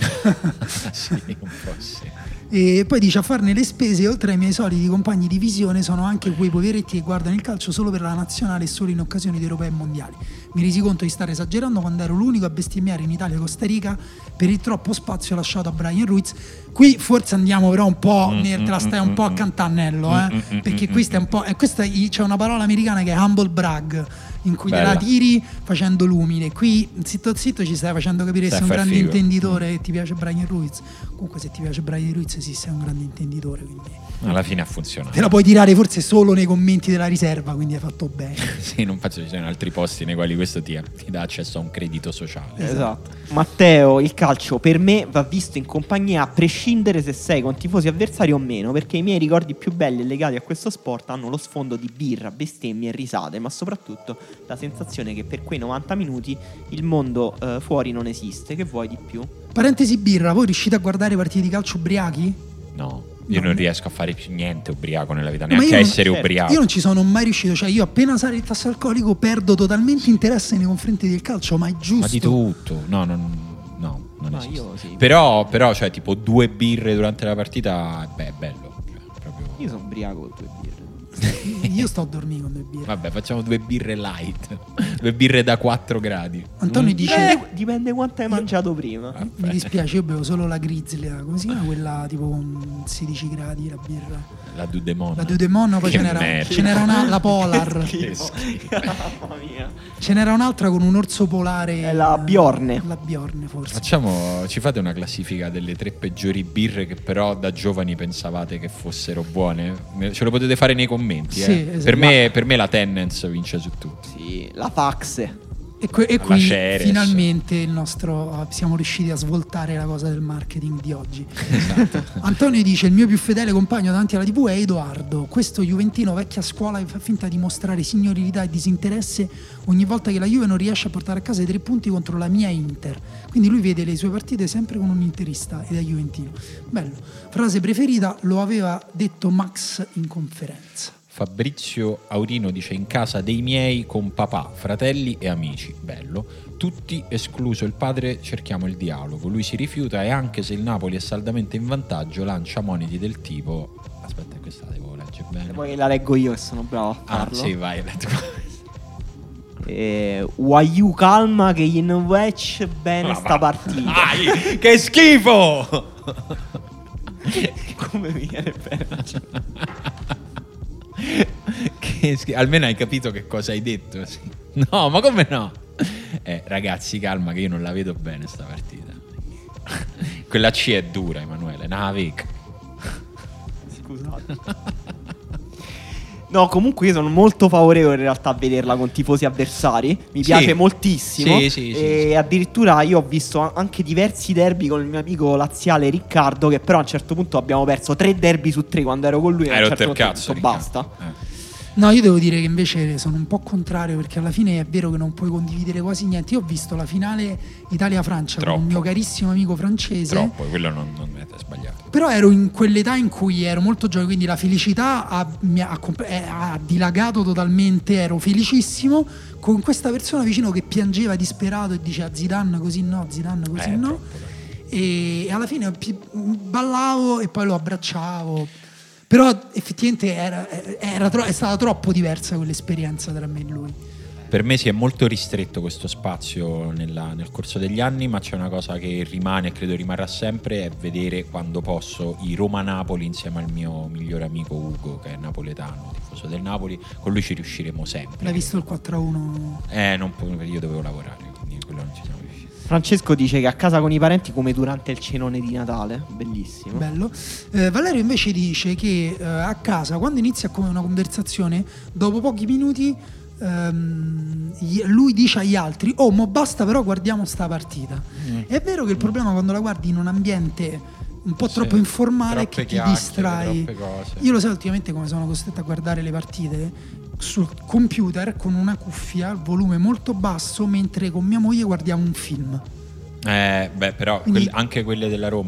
Sì, un po' sì. E poi dice: a farne le spese oltre ai miei soliti compagni di visione sono anche quei poveretti che guardano il calcio solo per la nazionale e solo in occasioni di europei e mondiali. Mi resi conto di stare esagerando quando ero l'unico a bestemmiare in Italia e Costa Rica per il troppo spazio lasciato a Brian Ruiz. Qui forse andiamo però un po' te la stai un po' a cantanello, perché questa è un po', c'è una parola americana che è humble brag, in cui te la tiri facendo l'umile. Qui zitto zitto ci stai facendo capire che sei un grande intenditore e ti piace Brian Ruiz. Comunque se ti piace Brian Ruiz sì, sei un grande intenditore, quindi alla fine ha funzionato. Te la puoi tirare forse solo nei commenti della riserva, quindi hai fatto bene. Sì, non penso ci siano altri posti nei quali questo ti dà accesso a un credito sociale. Esatto. Matteo, il calcio per me va visto in compagnia a prescindere se sei con tifosi avversari o meno, perché i miei ricordi più belli legati a questo sport hanno lo sfondo di birra, bestemmie e risate, ma soprattutto la sensazione che per quei 90 minuti il mondo fuori non esiste. Che vuoi di più? Parentesi birra, voi riuscite a guardare partite di calcio ubriachi? No. Io non riesco a fare più niente ubriaco nella vita, neanche a essere ubriaco. Io non ci sono mai riuscito, cioè io appena sale il tasso alcolico perdo totalmente interesse nei confronti del calcio, ma è giusto. Ma di tutto, no, non esiste. Io sì. Però, cioè, tipo 2 birre durante la partita, beh, è bello. Cioè, proprio... Io sono ubriaco con 2 birre. Io sto a dormire con 2 birre. Vabbè, facciamo 2 birre light. 2 birre da 4 gradi. Antonio dice: dipende quanto hai mangiato prima. Mi dispiace, io bevo solo la Grizzly. Come si chiama quella tipo con 16 gradi la birra? La Dudemon. La Dudemon, poi ce n'era una, la Polar. Mamma mia. Ce n'era un'altra con un orso polare. È la Bjorne. La Bjorne, forse. Ci fate una classifica delle 3 peggiori birre che però da giovani pensavate che fossero buone? Ce lo potete fare nei commenti. Sì, esatto. Per me la Tennent's vince su tutti. Sì, la Fax. E qui finalmente siamo riusciti a svoltare la cosa del marketing di oggi. Esatto. Antonio dice: il mio più fedele compagno davanti alla TV è Edoardo, questo juventino vecchia scuola che fa finta di mostrare signorilità e disinteresse ogni volta che la Juve non riesce a portare a casa i 3 punti contro la mia Inter. Quindi lui vede le sue partite sempre con un interista ed è juventino. Bello. Frase preferita: lo aveva detto Max in conferenza. Fabrizio Aurino dice: in casa dei miei con papà, fratelli e amici. Bello. Tutti, escluso il padre, cerchiamo il dialogo. Lui si rifiuta e anche se il Napoli è saldamente in vantaggio lancia moniti del tipo... Aspetta, questa la devo leggere bene. Poi la leggo io che sono bravo a farlo. Sì, vai, letto. Wayu calma che gli invece bene sta partita. Dai, che schifo! Come mi viene bene? Almeno hai capito che cosa hai detto, sì. No, ma come no? Ragazzi, calma che io non la vedo bene sta partita. Quella C è dura, Emanuele. Navik. Scusate. No, comunque io sono molto favorevole in realtà a vederla con tifosi avversari. Mi piace moltissimo. Sì. Addirittura io ho visto anche diversi derby con il mio amico laziale Riccardo, che però a un certo punto abbiamo perso 3 derby su 3 quando ero con lui. Hai rotto il cazzo, basta. No, io devo dire che invece sono un po' contrario, perché alla fine è vero che non puoi condividere quasi niente. Io ho visto la finale Italia-Francia con un mio carissimo amico francese. Troppo, quello non è sbagliato. Però ero in quell'età in cui ero molto giovane, quindi la felicità ha dilagato totalmente, ero felicissimo con questa persona vicino che piangeva disperato e diceva Zidane così no, Zidane così no. Troppo. E alla fine ballavo e poi lo abbracciavo. Però effettivamente è stata troppo diversa quell'esperienza tra me e lui. Per me si è molto ristretto questo spazio nel corso degli anni, ma c'è una cosa che rimane e credo rimarrà sempre, è vedere quando posso i Roma-Napoli insieme al mio migliore amico Ugo, che è napoletano, tifoso del Napoli. Con lui ci riusciremo sempre. L'hai visto il 4-1? Io dovevo lavorare, quindi quello non ci siamo riusciti. Francesco dice che a casa con i parenti come durante il cenone di Natale. Bellissimo. Bello. Valerio invece dice che a casa quando inizia una conversazione, dopo pochi minuti lui dice agli altri: oh, mo basta, però guardiamo sta partita. È vero che il problema quando la guardi in un ambiente un po' troppo informale è che ti distrai. Io lo so ultimamente come sono costretto a guardare le partite sul computer con una cuffia al volume molto basso mentre con mia moglie guardiamo un film. Però anche quelle della Roma?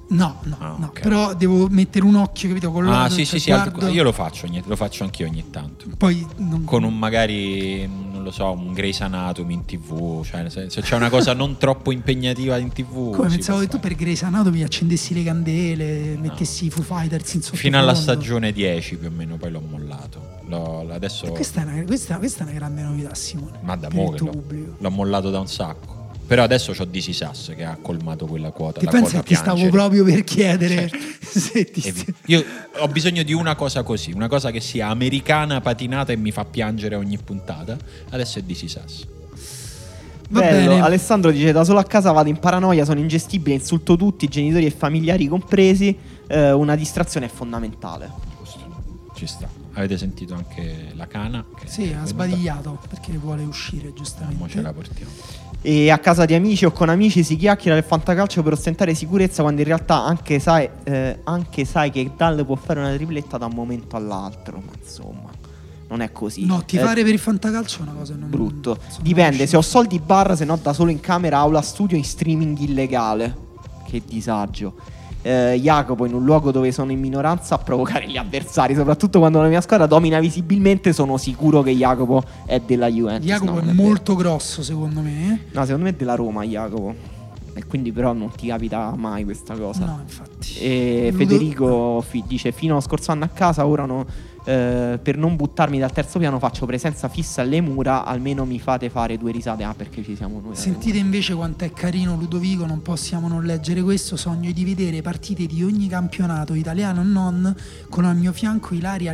No, okay. Però devo mettere un occhio, capito? Con sì, io lo faccio anch'io ogni tanto. Poi con un magari, non lo so, un Grey's Anatomy in TV, cioè se c'è una cosa non troppo impegnativa in TV. Come pensavo che tu per Grey's Anatomy accendessi le candele, mettessi i Foo Fighters in sottofondo. Fino alla stagione 10 più o meno, poi l'ho mollato. Adesso questa è una grande novità, Simone. Ma da mo' che l'ho mollato da un sacco. Però adesso c'ho DC Sass che ha colmato quella quota. Ti pensi che ti stavo proprio per chiedere, certo. Io ho bisogno di una cosa così, una cosa che sia americana, patinata e mi fa piangere ogni puntata. Adesso è DC Sass. Va bene. Alessandro dice: da solo a casa vado in paranoia, sono ingestibile, insulto tutti, genitori e familiari compresi. Una distrazione è fondamentale. Ci sta. Avete sentito anche la cana? Che sì, ha sbadigliato perché vuole uscire, giustamente. Ma ce la portiamo. E a casa di amici o con amici si chiacchiera del fantacalcio per ostentare sicurezza, quando in realtà anche sai che Dal può fare una tripletta da un momento all'altro. Ma insomma, non è così. No, tifare per il fantacalcio è una cosa non brutto. Dipende, se ho soldi bar, se no da solo in camera, aula, studio, in streaming illegale. Che disagio. Jacopo, in un luogo dove sono in minoranza, a provocare gli avversari, soprattutto quando la mia squadra domina visibilmente. Sono sicuro che Jacopo è della Juventus. Jacopo è molto grosso, secondo me. No, secondo me è della Roma, Jacopo. E quindi però non ti capita mai questa cosa. No, infatti. E Federico dice: fino allo scorso anno a casa, ora per non buttarmi dal terzo piano faccio presenza fissa alle mura, almeno mi fate fare 2 risate. Perché ci siamo noi. Sentite invece quanto è carino Ludovico, non possiamo non leggere questo. Sogno di vedere partite di ogni campionato italiano e non, con al mio fianco Ilaria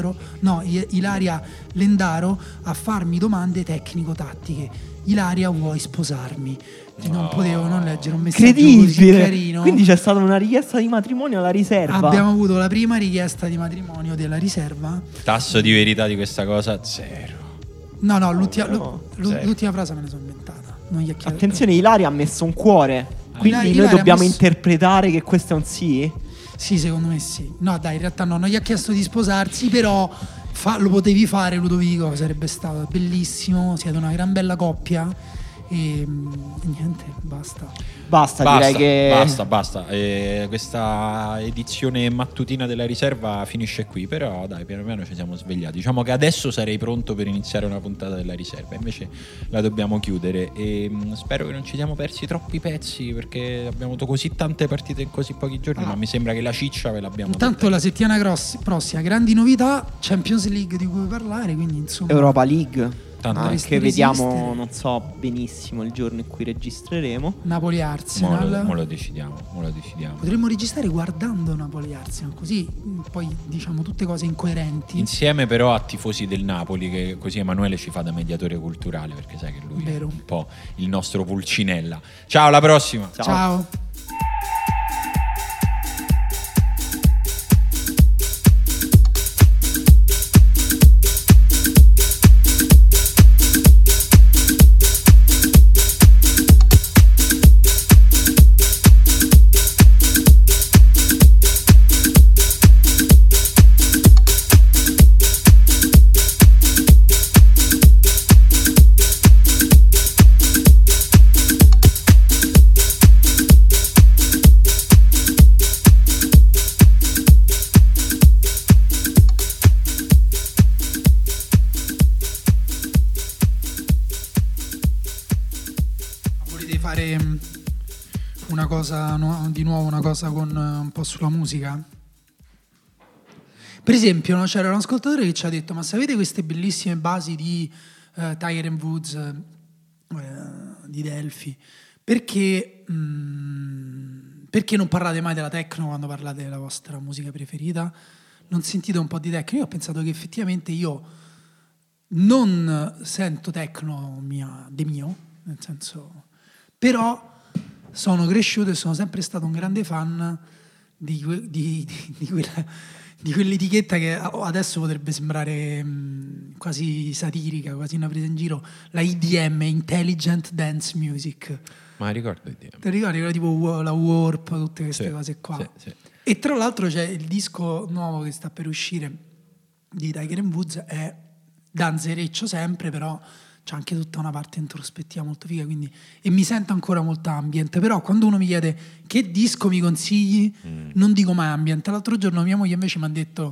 Lendaro a farmi domande tecnico-tattiche. Ilaria, vuoi sposarmi? Non potevo non leggere un messaggio così carino. Quindi c'è stata una richiesta di matrimonio alla riserva. Abbiamo avuto la prima richiesta di matrimonio della riserva. Tasso di verità di questa cosa 0. No, l'ultima frase me la sono inventata. Non gli Attenzione, Ilaria ha messo un cuore. Quindi noi dobbiamo interpretare che questo è un sì? Sì, secondo me sì. No, dai, in realtà non gli ha chiesto di sposarsi, però lo potevi fare, Ludovico, sarebbe stato bellissimo. Siete una gran bella coppia. E niente, basta, direi che basta. Questa edizione mattutina della riserva finisce qui, però dai, piano piano ci siamo svegliati. Diciamo che adesso sarei pronto per iniziare una puntata della riserva, invece la dobbiamo chiudere e spero che non ci siamo persi troppi pezzi, perché abbiamo avuto così tante partite in così pochi giorni, ma mi sembra che la ciccia ve l'abbiamo. Intanto la settimana prossima grandi novità, Champions League di cui parlare, quindi insomma Europa League. Anche vediamo, non so benissimo il giorno in cui registreremo. Napoli-Arsenal. Mo lo decidiamo. Potremmo registrare guardando Napoli-Arsenal, così poi diciamo tutte cose incoerenti. Insieme però a tifosi del Napoli, che così Emanuele ci fa da mediatore culturale, perché sai che lui è un po' il nostro Pulcinella. Ciao, alla prossima. Ciao. Una cosa con un po' sulla musica. Per esempio, no, c'era un ascoltatore che ci ha detto: ma sapete queste bellissime basi di Tiger & Woods, di Delphi, perché non parlate mai della techno quando parlate della vostra musica preferita? Non sentite un po' di techno? Io ho pensato che effettivamente io non sento techno di mio, nel senso, però sono cresciuto e sono sempre stato un grande fan di quell'etichetta che adesso potrebbe sembrare quasi satirica, quasi una presa in giro, la IDM, Intelligent Dance Music. Ma ricordo IDM. Ti ricordi? Tipo la Warp, tutte queste cose qua. Sì. E tra l'altro c'è il disco nuovo che sta per uscire di Tiger & Woods, è danzereccio sempre, però c'è anche tutta una parte introspettiva molto figa, quindi, e mi sento ancora molto ambient. Però quando uno mi chiede che disco mi consigli, non dico mai ambient. L'altro giorno mia moglie invece mi ha detto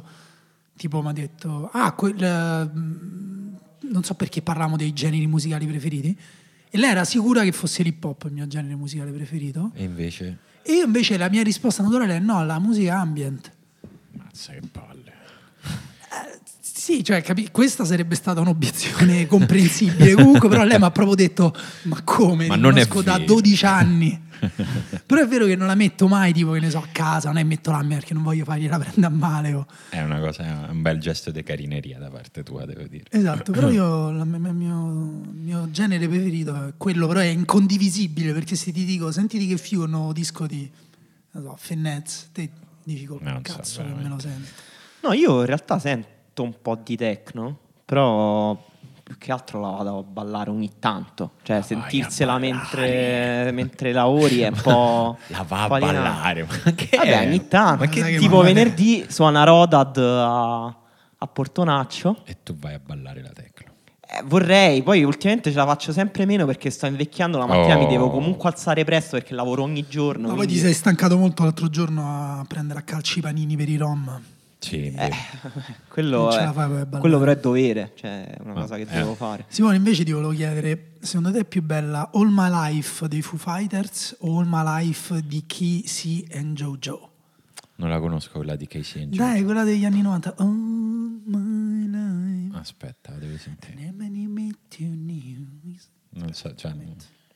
non so perché parlavamo dei generi musicali preferiti, e lei era sicura che fosse l'hip hop il mio genere musicale preferito, E invece? e io invece la mia risposta naturale è no, la musica ambient. Mazza che palle. Sì, cioè, questa sarebbe stata un'obiezione comprensibile comunque, però lei mi ha proprio detto ma come, Ma ti non è conosco da vero. 12 anni. Però è vero che non la metto mai, tipo, che ne so, a casa, non è metto l'ambient perché non voglio fargliela prendere a male È una cosa, è un bel gesto di carineria da parte tua, devo dire. Esatto, però io il mio genere preferito è quello, però è incondivisibile, perché se ti dico sentiti che figo il nuovo disco di, non so, Fennez, te dici col Non so, cazzo che me veramente. lo sento. No, io in realtà sento un po' di techno, però più che altro la vado a ballare ogni tanto. Cioè, sentirsela a mentre lavori è un po'... La va a un po' alienante. ballare, ma che Vabbè, è? ogni tanto. Ma che Sai che tipo non è- venerdì suona Rodad a Portonaccio. E tu vai a ballare la techno. Vorrei, poi ultimamente ce la faccio sempre meno perché sto invecchiando, la mattina Oh. mi devo comunque alzare presto perché lavoro ogni giorno. Ma poi quindi- ti sei stancato molto l'altro giorno a prendere a calci i panini per i rom. Sì, quello, Non ce è- la fai poi a ballare. quello però è dovere, cioè è una Ah, cosa che devo fare. Simone, invece ti volevo chiedere, secondo te è più bella All My Life dei Foo Fighters o All My Life di Key and JoJo? non la conosco quella di Casey Angel. Dai, quella degli anni 90. All My Life. Aspetta, la devi sentire. Never met you new. Non so, cioè, Te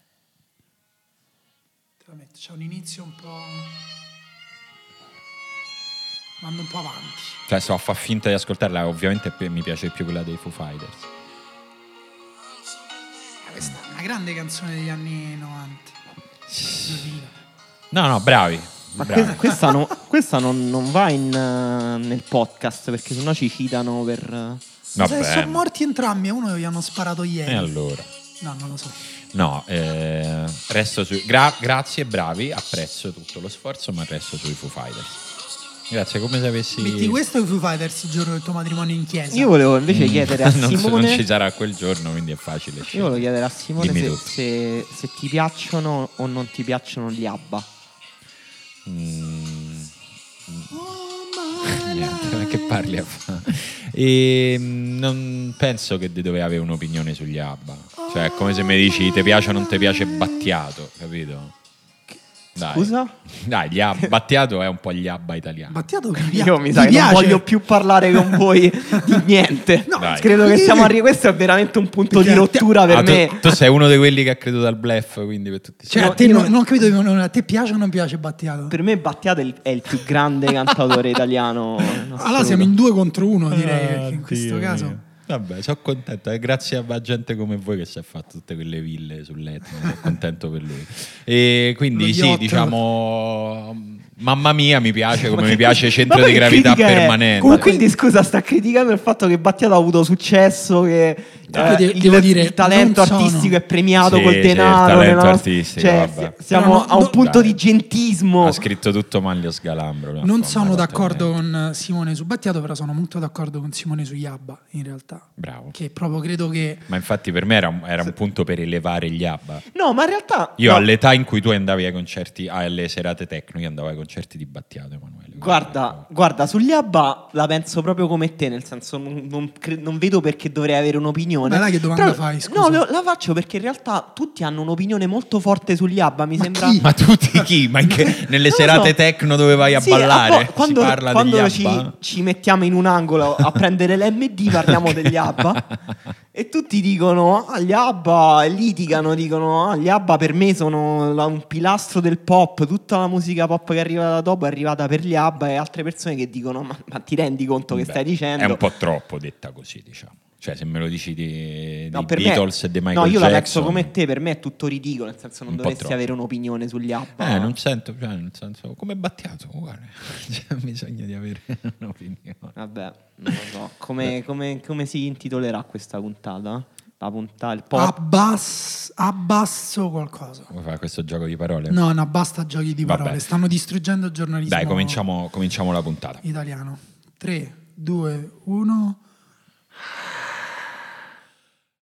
la metto. C'è un inizio un po'... Mando un po' avanti. cioè sto a far finta di ascoltarla, ovviamente mi piace più quella dei Foo Fighters. Questa è una grande canzone degli anni 90. 2000. No, bravi. Ma bravi. questa non va nel podcast perché sennò ci citano per... Vabbè. Sono morti entrambi e uno gli hanno sparato ieri. E allora? No, non lo so. No, resto su... grazie, bravi, apprezzo tutto lo sforzo, ma resto sui Foo Fighters. Grazie, come se avessi... Metti questo ai Foo Fighters il giorno del tuo matrimonio in chiesa. Io volevo invece chiedere a non Simone... ci sarà quel giorno, quindi è facile Io scegliere. volevo chiedere a Simone Dimmi se, tutto. se ti piacciono o non ti piacciono gli ABBA. Niente, ma che parli a fare? E non penso che doveva avere un'opinione sugli ABBA. Cioè, è come se mi dici ti piace o non ti piace Battiato, capito? Dai. Scusa? Dai, Battiato è un po' gli ABBA italiani. Battiato Io mi sa che non voglio più parlare con voi di niente. No, Dai. Credo che perché- siamo arrivati. Questo è veramente un punto Perché di rottura per Ah, me. tu sei uno di quelli che ha creduto al bluff, quindi per tutti Cioè, No, a te io- non ho capito, a te piace o non piace Battiato? Per me Battiato è il più grande cantautore italiano. in Allora assoluto. siamo in 2 contro 1, direi, perché in questo Dio caso... mio. Vabbè, sono contento, è grazie a gente come voi che si è fatto tutte quelle ville sull'Etna, sono contento per lui. E quindi Lo sì, yacht. diciamo, mamma mia, mi piace come mi piace Ma Centro poi di Gravità critica è- Permanente. Ma quindi scusa, sta criticando il fatto che Battiato ha avuto successo, che Devo dire, il talento non sono- artistico è premiato Sì, col sì, il denaro. talento nella nostra- artistico, cioè, vabbè. siamo Però no, a un no, punto dai. di gentismo. Ha scritto tutto Manlio Sgalambro. Non sono d'accordo con Simone su Battiato, però sono molto d'accordo con Simone su Yabba, in realtà. Bravo. Che proprio credo che... Ma infatti per me era un punto per elevare gli ABBA. No, ma in realtà Io no. all'età in cui tu andavi ai concerti, alle serate techno, io andavo ai concerti di Battiato, Emanuele. Guarda, sugli ABBA la penso proprio come te, nel senso non vedo perché dovrei avere un'opinione. Ma dai, che domanda fai, scusa? No, la faccio perché in realtà tutti hanno un'opinione molto forte sugli ABBA, mi Ma sembra. chi? Ma tutti chi? Ma che nelle Non lo serate so. techno dove vai a Sì, ballare? quando si parla quando degli ABBA? ci mettiamo in un angolo a prendere l'MD parliamo degli ABBA e tutti dicono gli ABBA, litigano, dicono gli ABBA per me sono un pilastro del pop, tutta la musica pop che è arrivata dopo è arrivata per gli ABBA, e altre persone che dicono ma ti rendi conto che Beh, stai dicendo? È un po' troppo detta così, diciamo. Cioè, se me lo dici di No, per Beatles me, e di Michael no, io Jackson... la penso come te, per me è tutto ridicolo, nel senso non Un po' dovresti troppo. avere un'opinione sugli ABBA. non sento, cioè, nel senso, come Battiato, guarda, c'è bisogno di avere un'opinione. Vabbè, non lo so. Come si intitolerà questa puntata? La puntata, il pop. Abbasso qualcosa. Come fa questo gioco di parole? No, basta giochi di Vabbè. parole. Stanno distruggendo il giornalismo Dai, cominciamo la puntata. italiano. 3, 2, 1...